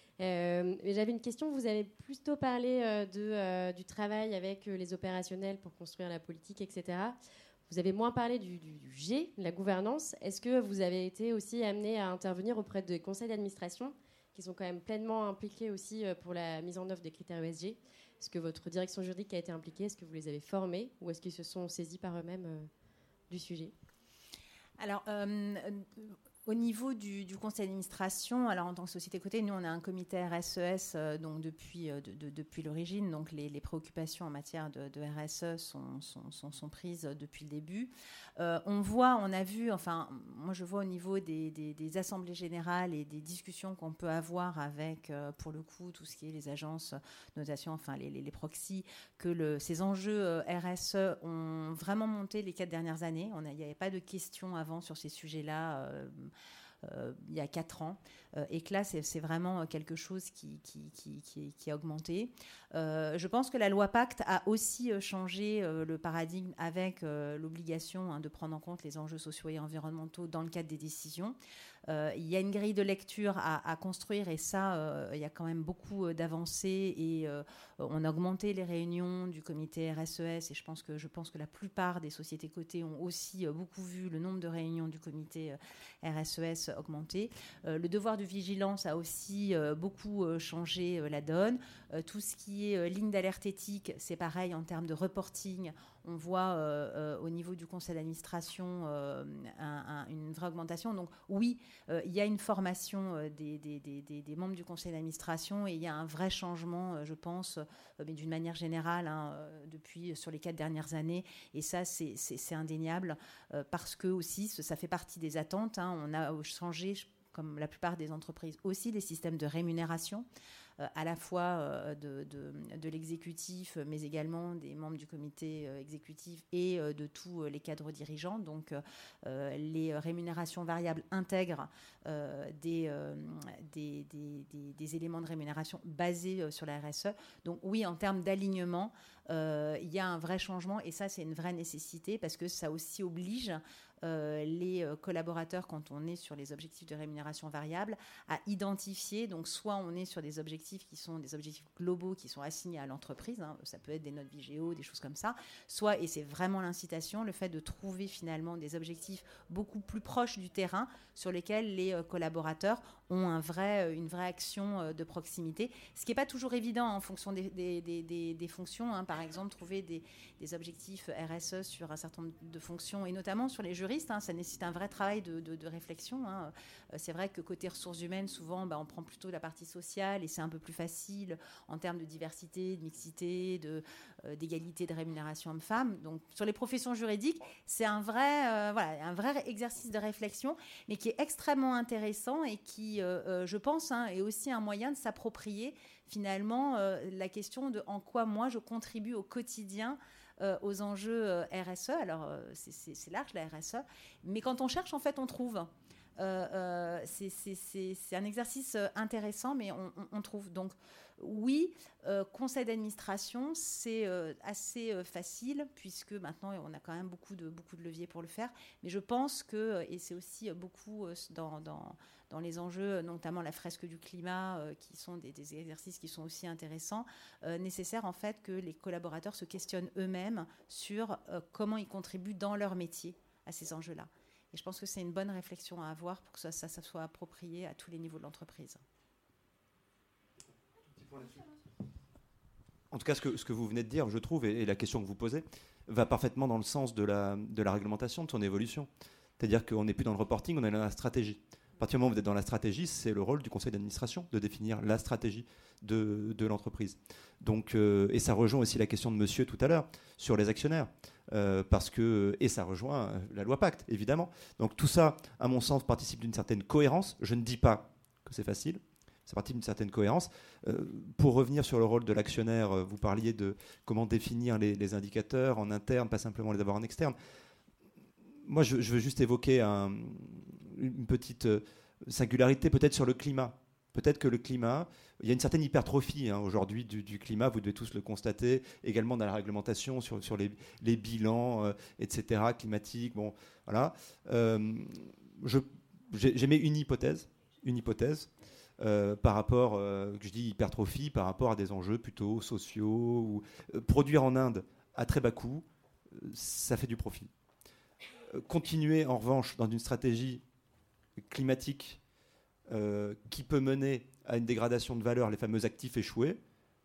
Euh, mais j'avais une question. Vous avez plutôt parlé euh, de, euh, du travail avec euh, les opérationnels pour construire la politique, et cetera. Vous avez moins parlé du, du, du G, de la gouvernance. Est-ce que vous avez été aussi amené à intervenir auprès des conseils d'administration qui sont quand même pleinement impliqués aussi euh, pour la mise en œuvre des critères E S G ? Est-ce que votre direction juridique a été impliquée ? Est-ce que vous les avez formés ? Ou est-ce qu'ils se sont saisis par eux-mêmes euh, du sujet ? Alors, euh, au niveau du, du conseil d'administration, alors en tant que société cotée, nous on a un comité R S E S euh, donc depuis, euh, de, de, depuis l'origine, donc les, les préoccupations en matière de, de R S E sont, sont, sont, sont prises depuis le début. Euh, on voit, on a vu, enfin moi je vois au niveau des, des, des assemblées générales et des discussions qu'on peut avoir avec, euh, pour le coup, tout ce qui est les agences de notation, enfin les, les, les proxys, que le, ces enjeux euh, R S E ont vraiment monté les quatre dernières années. On a, il n'y avait pas de questions avant sur ces sujets-là. Euh, Euh, il y a quatre ans, euh, et que là, c'est, c'est vraiment quelque chose qui, qui, qui, qui, qui a augmenté. Euh, je pense que la loi Pacte a aussi changé euh, le paradigme avec euh, l'obligation hein, de prendre en compte les enjeux sociaux et environnementaux dans le cadre des décisions. Euh, il y a une grille de lecture à, à construire, et ça, euh, il y a quand même beaucoup d'avancées, et euh, on a augmenté les réunions du comité R S E S, et je pense que, je pense que la plupart des sociétés cotées ont aussi beaucoup vu le nombre de réunions du comité R S E S augmenter. Euh, le devoir de vigilance a aussi euh, beaucoup euh, changé euh, la donne. Euh, tout ce qui est euh, ligne d'alerte éthique, c'est pareil en termes de reporting. On voit euh, euh, au niveau du conseil d'administration euh, un, un, une vraie augmentation. Donc oui, euh, il y a une formation euh, des, des, des, des membres du conseil d'administration, et il y a un vrai changement, euh, je pense, euh, mais d'une manière générale, hein, euh, depuis sur les quatre dernières années. Et ça, c'est, c'est, c'est indéniable, euh, parce que aussi, ça fait partie des attentes. Hein. On a changé comme la plupart des entreprises aussi, des systèmes de rémunération, euh, à la fois euh, de, de, de l'exécutif, mais également des membres du comité euh, exécutif et euh, de tous les cadres dirigeants. Donc, euh, les rémunérations variables intègrent euh, des, euh, des, des, des, des éléments de rémunération basés euh, sur la R S E. Donc, oui, en termes d'alignement, euh, il y a un vrai changement et ça, c'est une vraie nécessité parce que ça aussi oblige Euh, les euh, collaborateurs, quand on est sur les objectifs de rémunération variable, à identifier, donc soit on est sur des objectifs qui sont des objectifs globaux qui sont assignés à l'entreprise, hein, ça peut être des notes Vigéo, des choses comme ça, soit, et c'est vraiment l'incitation, le fait de trouver finalement des objectifs beaucoup plus proches du terrain sur lesquels les euh, collaborateurs ont un vrai, une vraie action euh, de proximité, ce qui n'est pas toujours évident en fonction des, des, des, des, des fonctions, hein. Par exemple, trouver des, des objectifs R S E sur un certain nombre de fonctions, et notamment sur les juristes, hein, ça nécessite un vrai travail de, de, de réflexion, hein. Euh, c'est vrai que côté ressources humaines, souvent, bah, on prend plutôt la partie sociale et c'est un peu plus facile en termes de diversité, de mixité, de, euh, d'égalité de rémunération homme-femme. Donc, sur les professions juridiques, c'est un vrai, euh, voilà, un vrai exercice de réflexion, mais qui est extrêmement intéressant et qui, euh, euh, je pense, hein, est aussi un moyen de s'approprier finalement euh, la question de en quoi moi je contribue au quotidien euh, aux enjeux euh, R S E. Alors, euh, c'est, c'est, c'est large la R S E, mais quand on cherche, en fait, on trouve. Euh, euh, c'est, c'est, c'est, c'est un exercice intéressant, mais on, on, on trouve. Donc, oui, euh, conseil d'administration, c'est euh, assez euh, facile, puisque maintenant, on a quand même beaucoup de, beaucoup de leviers pour le faire. Mais je pense que, et c'est aussi beaucoup euh, dans, dans, dans les enjeux, notamment la fresque du climat, euh, qui sont des, des exercices qui sont aussi intéressants, euh, nécessaire en fait que les collaborateurs se questionnent eux-mêmes sur euh, comment ils contribuent dans leur métier à ces enjeux-là. Et je pense que c'est une bonne réflexion à avoir pour que ça, ça, ça soit approprié à tous les niveaux de l'entreprise. En tout cas, ce que, ce que vous venez de dire, je trouve, et, et la question que vous posez, va parfaitement dans le sens de la, de la réglementation, de son évolution. C'est-à-dire qu'on n'est plus dans le reporting, on est dans la stratégie. À partir du moment où vous êtes dans la stratégie, c'est le rôle du conseil d'administration de définir la stratégie de, de l'entreprise. Donc, euh, et ça rejoint aussi la question de monsieur tout à l'heure sur les actionnaires. Euh, parce que, et ça rejoint la loi Pacte, évidemment. Donc tout ça, à mon sens, participe d'une certaine cohérence. Je ne dis pas que c'est facile, ça participe d'une certaine cohérence. Euh, pour revenir sur le rôle de l'actionnaire, vous parliez de comment définir les, les indicateurs en interne, pas simplement les avoir en externe. Moi, je, je veux juste évoquer un, une petite singularité peut-être sur le climat. Peut-être que le climat, il y a une certaine hypertrophie hein, aujourd'hui du, du climat, vous devez tous le constater, également dans la réglementation sur, sur les, les bilans, euh, et cetera, climatiques. Bon, voilà. Euh, je, j'ai, j'émets une hypothèse, une hypothèse euh, par rapport, euh, que je dis hypertrophie, par rapport à des enjeux plutôt sociaux. Ou, euh, produire en Inde à très bas coût, euh, ça fait du profit. Euh, continuer en revanche dans une stratégie climatique Euh, qui peut mener à une dégradation de valeur, les fameux actifs échoués,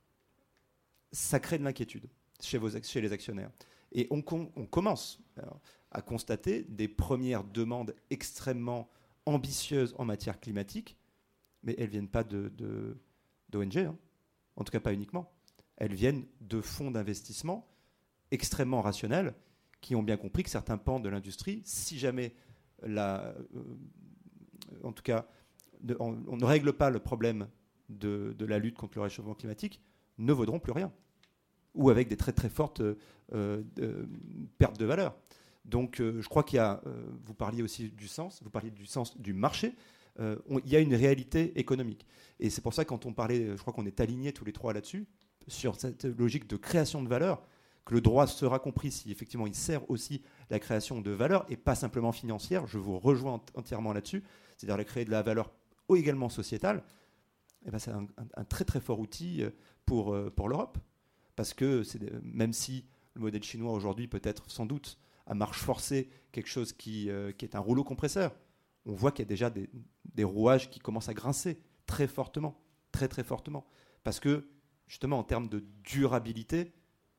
ça crée de l'inquiétude chez, vos, chez les actionnaires. Et on, com- on commence alors, à constater des premières demandes extrêmement ambitieuses en matière climatique, mais elles ne viennent pas de, de, d'O N G, hein. En tout cas pas uniquement. Elles viennent de fonds d'investissement extrêmement rationnels qui ont bien compris que certains pans de l'industrie, si jamais la, euh, en tout cas De, on, on ne règle pas le problème de, de la lutte contre le réchauffement climatique, ne vaudront plus rien. Ou avec des très très fortes euh, euh, pertes de valeur. Donc euh, je crois qu'il y a, euh, vous parliez aussi du sens, vous parliez du sens du marché, euh, on, il y a une réalité économique. Et c'est pour ça que quand on parlait, je crois qu'on est alignés tous les trois là-dessus, sur cette logique de création de valeur, que le droit sera compris si effectivement il sert aussi la création de valeur et pas simplement financière, je vous rejoins entièrement là-dessus, c'est-à-dire la créer de la valeur ou également sociétale, eh ben c'est un, un, un très très fort outil pour, pour l'Europe. Parce que c'est, même si le modèle chinois aujourd'hui peut être sans doute à marche forcée quelque chose qui, euh, qui est un rouleau compresseur, on voit qu'il y a déjà des, des rouages qui commencent à grincer très fortement, très très fortement. Parce que justement en termes de durabilité,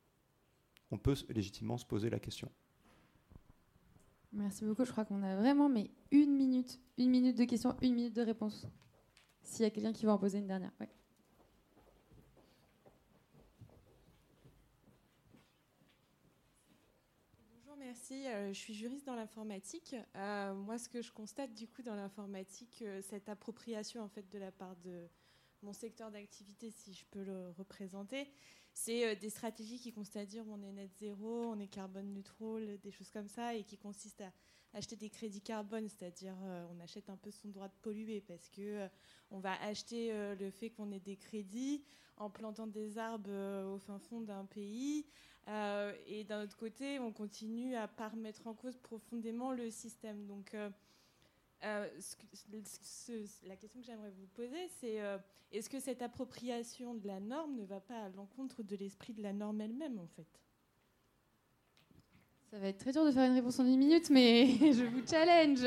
on peut légitimement se poser la question. Merci beaucoup. Je crois qu'on a vraiment mais une minute, une minute de questions, une minute de réponse. S'il y a quelqu'un qui va en poser une dernière. Ouais. Bonjour, Merci. Euh, je suis juriste dans l'informatique. Euh, moi, ce que je constate du coup dans l'informatique, euh, cette appropriation en fait de la part de mon secteur d'activité, si je peux le représenter, c'est euh, des stratégies qui consistent à dire on est net zéro, on est carbone neutral, des choses comme ça, et qui consistent à acheter des crédits carbone, c'est-à-dire euh, on achète un peu son droit de polluer parce que euh, on va acheter euh, le fait qu'on ait des crédits en plantant des arbres euh, au fin fond d'un pays. Euh, et d'un autre côté, on continue à ne pas remettre en cause profondément le système. Donc, euh, euh, ce, ce, la question que j'aimerais vous poser, c'est euh, est-ce que cette appropriation de la norme ne va pas à l'encontre de l'esprit de la norme elle-même, en fait ? Ça va être très dur de faire une réponse en une minute, mais je vous challenge.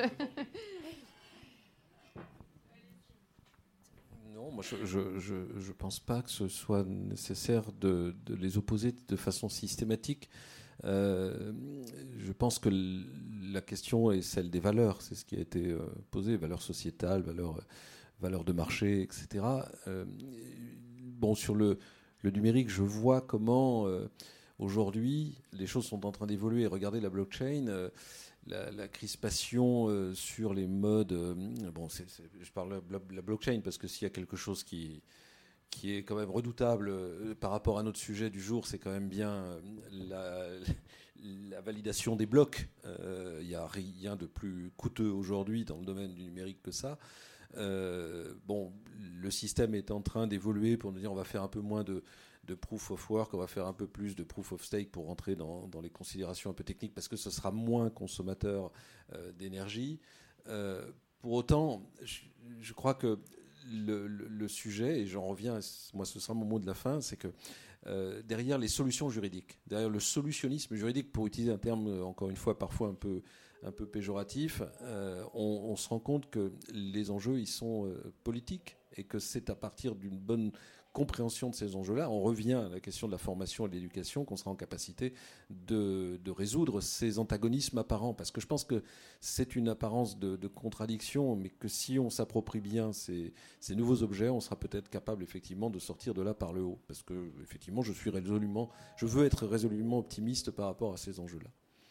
Non, moi je je, je je pense pas que ce soit nécessaire de, de les opposer de façon systématique. Euh, je pense que l- la question est celle des valeurs. C'est ce qui a été euh, posé, valeurs sociétales, valeurs, valeurs de marché, et cetera. Euh, bon, sur le, le numérique, je vois comment euh, aujourd'hui les choses sont en train d'évoluer. Regardez la blockchain. Euh, La, la crispation euh, sur les modes. Euh, bon, c'est, c'est, je parle de la blockchain parce que s'il y a quelque chose qui, qui est quand même redoutable euh, par rapport à notre sujet du jour, c'est quand même bien euh, la, la validation des blocs. Il euh, n'y a rien de plus coûteux aujourd'hui dans le domaine du numérique que ça. Euh, bon, le système est en train d'évoluer pour nous dire on va faire un peu moins de de proof of work, on va faire un peu plus de proof of stake pour rentrer dans, dans les considérations un peu techniques parce que ce sera moins consommateur euh, d'énergie. Euh, pour autant, je, je crois que le, le, le sujet, et j'en reviens, moi ce sera mon mot de la fin, c'est que euh, derrière les solutions juridiques, derrière le solutionnisme juridique, pour utiliser un terme encore une fois parfois un peu, un peu péjoratif, euh, on, on se rend compte que les enjeux ils sont euh, politiques et que c'est à partir d'une bonne compréhension de ces enjeux-là, on revient à la question de la formation et de l'éducation, qu'on sera en capacité de, de résoudre ces antagonismes apparents. Parce que je pense que c'est une apparence de, de contradiction, mais que si on s'approprie bien ces, ces nouveaux objets, on sera peut-être capable effectivement de sortir de là par le haut. Parce que effectivement, je suis résolument, je veux être résolument optimiste par rapport à ces enjeux-là.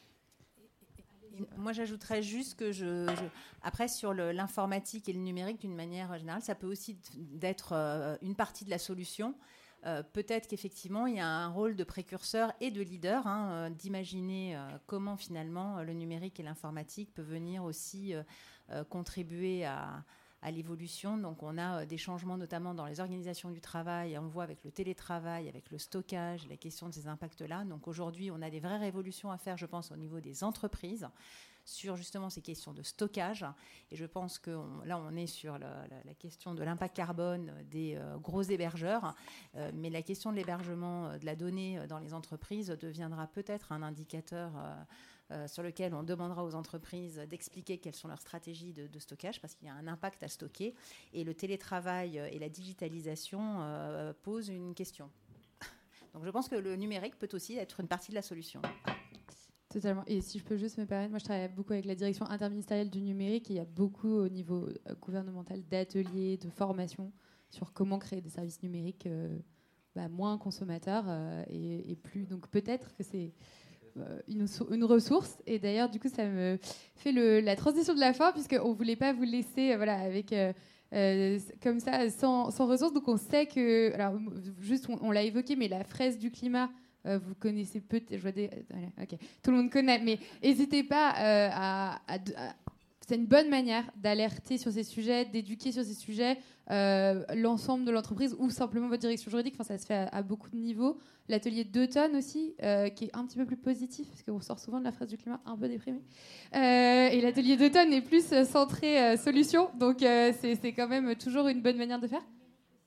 Moi, j'ajouterais juste que je, je après sur le, l'informatique et le numérique d'une manière générale, ça peut aussi d'être euh, une partie de la solution. Euh, peut-être qu'effectivement, il y a un rôle de précurseur et de leader, hein, euh, d'imaginer euh, comment finalement le numérique et l'informatique peuvent venir aussi euh, euh, contribuer à, à l'évolution. Donc, on a euh, des changements notamment dans les organisations du travail. On voit avec le télétravail, avec le stockage, la question de ces impacts-là. Donc, aujourd'hui, on a des vraies révolutions à faire, je pense, au niveau des entreprises sur justement ces questions de stockage. Et je pense que on, là, on est sur la, la, la question de l'impact carbone des euh, gros hébergeurs. Euh, mais la question de l'hébergement de la donnée dans les entreprises deviendra peut-être un indicateur euh, euh, sur lequel on demandera aux entreprises d'expliquer quelles sont leurs stratégies de, de stockage, parce qu'il y a un impact à stocker. Et le télétravail et la digitalisation euh, posent une question. Donc je pense que le numérique peut aussi être une partie de la solution. Totalement. Et si je peux juste me permettre, moi je travaille beaucoup avec la direction interministérielle du numérique et il y a beaucoup au niveau euh, gouvernemental d'ateliers, de formation sur comment créer des services numériques euh, bah, moins consommateurs euh, et, et plus. Donc peut-être que c'est euh, une, une ressource. Et d'ailleurs, du coup, ça me fait le, la transition de la fin puisqu'on ne voulait pas vous laisser euh, voilà, avec... Euh, Euh, comme ça, sans, sans ressources. Donc on sait que, alors juste on, on l'a évoqué, mais la fraise du climat, euh, vous connaissez peut-être, je vois des, euh, ok, tout le monde connaît, mais n'hésitez pas euh, à, à, à, c'est une bonne manière d'alerter sur ces sujets, d'éduquer sur ces sujets euh, l'ensemble de l'entreprise ou simplement votre direction juridique. Enfin, ça se fait à, à beaucoup de niveaux. L'atelier d'automne aussi, euh, qui est un petit peu plus positif, parce qu'on sort souvent de la fraise du climat un peu déprimé. Euh, et l'atelier d'automne est plus euh, centré euh, solution, donc euh, c'est, c'est quand même toujours une bonne manière de faire. Pardon ?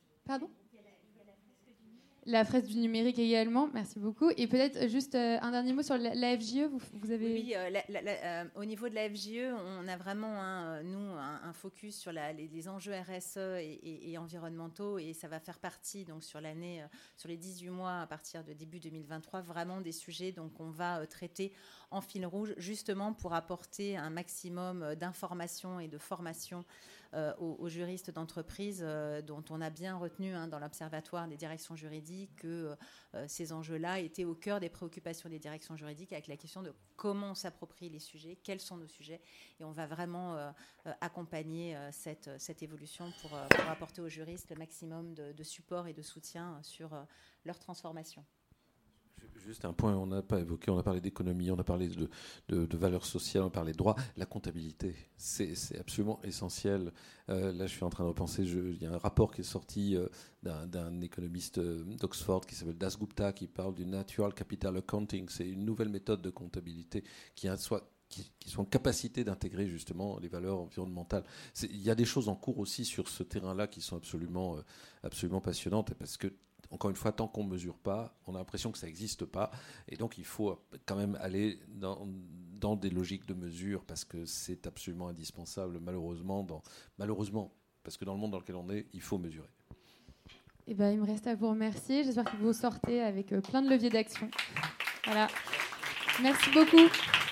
La fresque du numérique également, merci beaucoup. Et peut-être juste euh, un dernier mot sur l'A F J E. Vous, vous avez... Oui, euh, la, la, la, euh, au niveau de l'A F J E, on a vraiment, hein, nous, un, un focus sur la, les, les enjeux R S E et, et, et environnementaux. Et ça va faire partie, donc, sur l'année, euh, sur les dix-huit mois à partir de début deux mille vingt-trois, vraiment des sujets donc, qu'on va euh, traiter en fil rouge, justement pour apporter un maximum d'informations et de formation euh, aux, aux juristes d'entreprise euh, dont on a bien retenu hein, dans l'Observatoire des directions juridiques que euh, ces enjeux-là étaient au cœur des préoccupations des directions juridiques avec la question de comment on s'approprie les sujets, quels sont nos sujets. Et on va vraiment euh, euh, accompagner euh, cette, cette évolution pour, euh, pour apporter aux juristes le maximum de, de support et de soutien sur euh, leur transformation. Juste un point, on n'a pas évoqué, on a parlé d'économie, on a parlé de, de, de valeurs sociales, on a parlé de droit. La comptabilité, c'est, c'est absolument essentiel. Euh, là, je suis en train de repenser, je, il y a un rapport qui est sorti euh, d'un, d'un économiste euh, d'Oxford qui s'appelle Das Gupta, qui parle du Natural Capital Accounting. C'est une nouvelle méthode de comptabilité qui a soit Qui, qui sont en capacité d'intégrer justement les valeurs environnementales. C'est, il y a des choses en cours aussi sur ce terrain-là qui sont absolument, euh, absolument passionnantes, parce que, encore une fois, tant qu'on ne mesure pas, on a l'impression que ça n'existe pas, et donc il faut quand même aller dans, dans des logiques de mesure, parce que c'est absolument indispensable, malheureusement, dans, malheureusement, parce que dans le monde dans lequel on est, il faut mesurer. Eh ben, il me reste à vous remercier. J'espère que vous sortez avec plein de leviers d'action. Voilà. Merci beaucoup.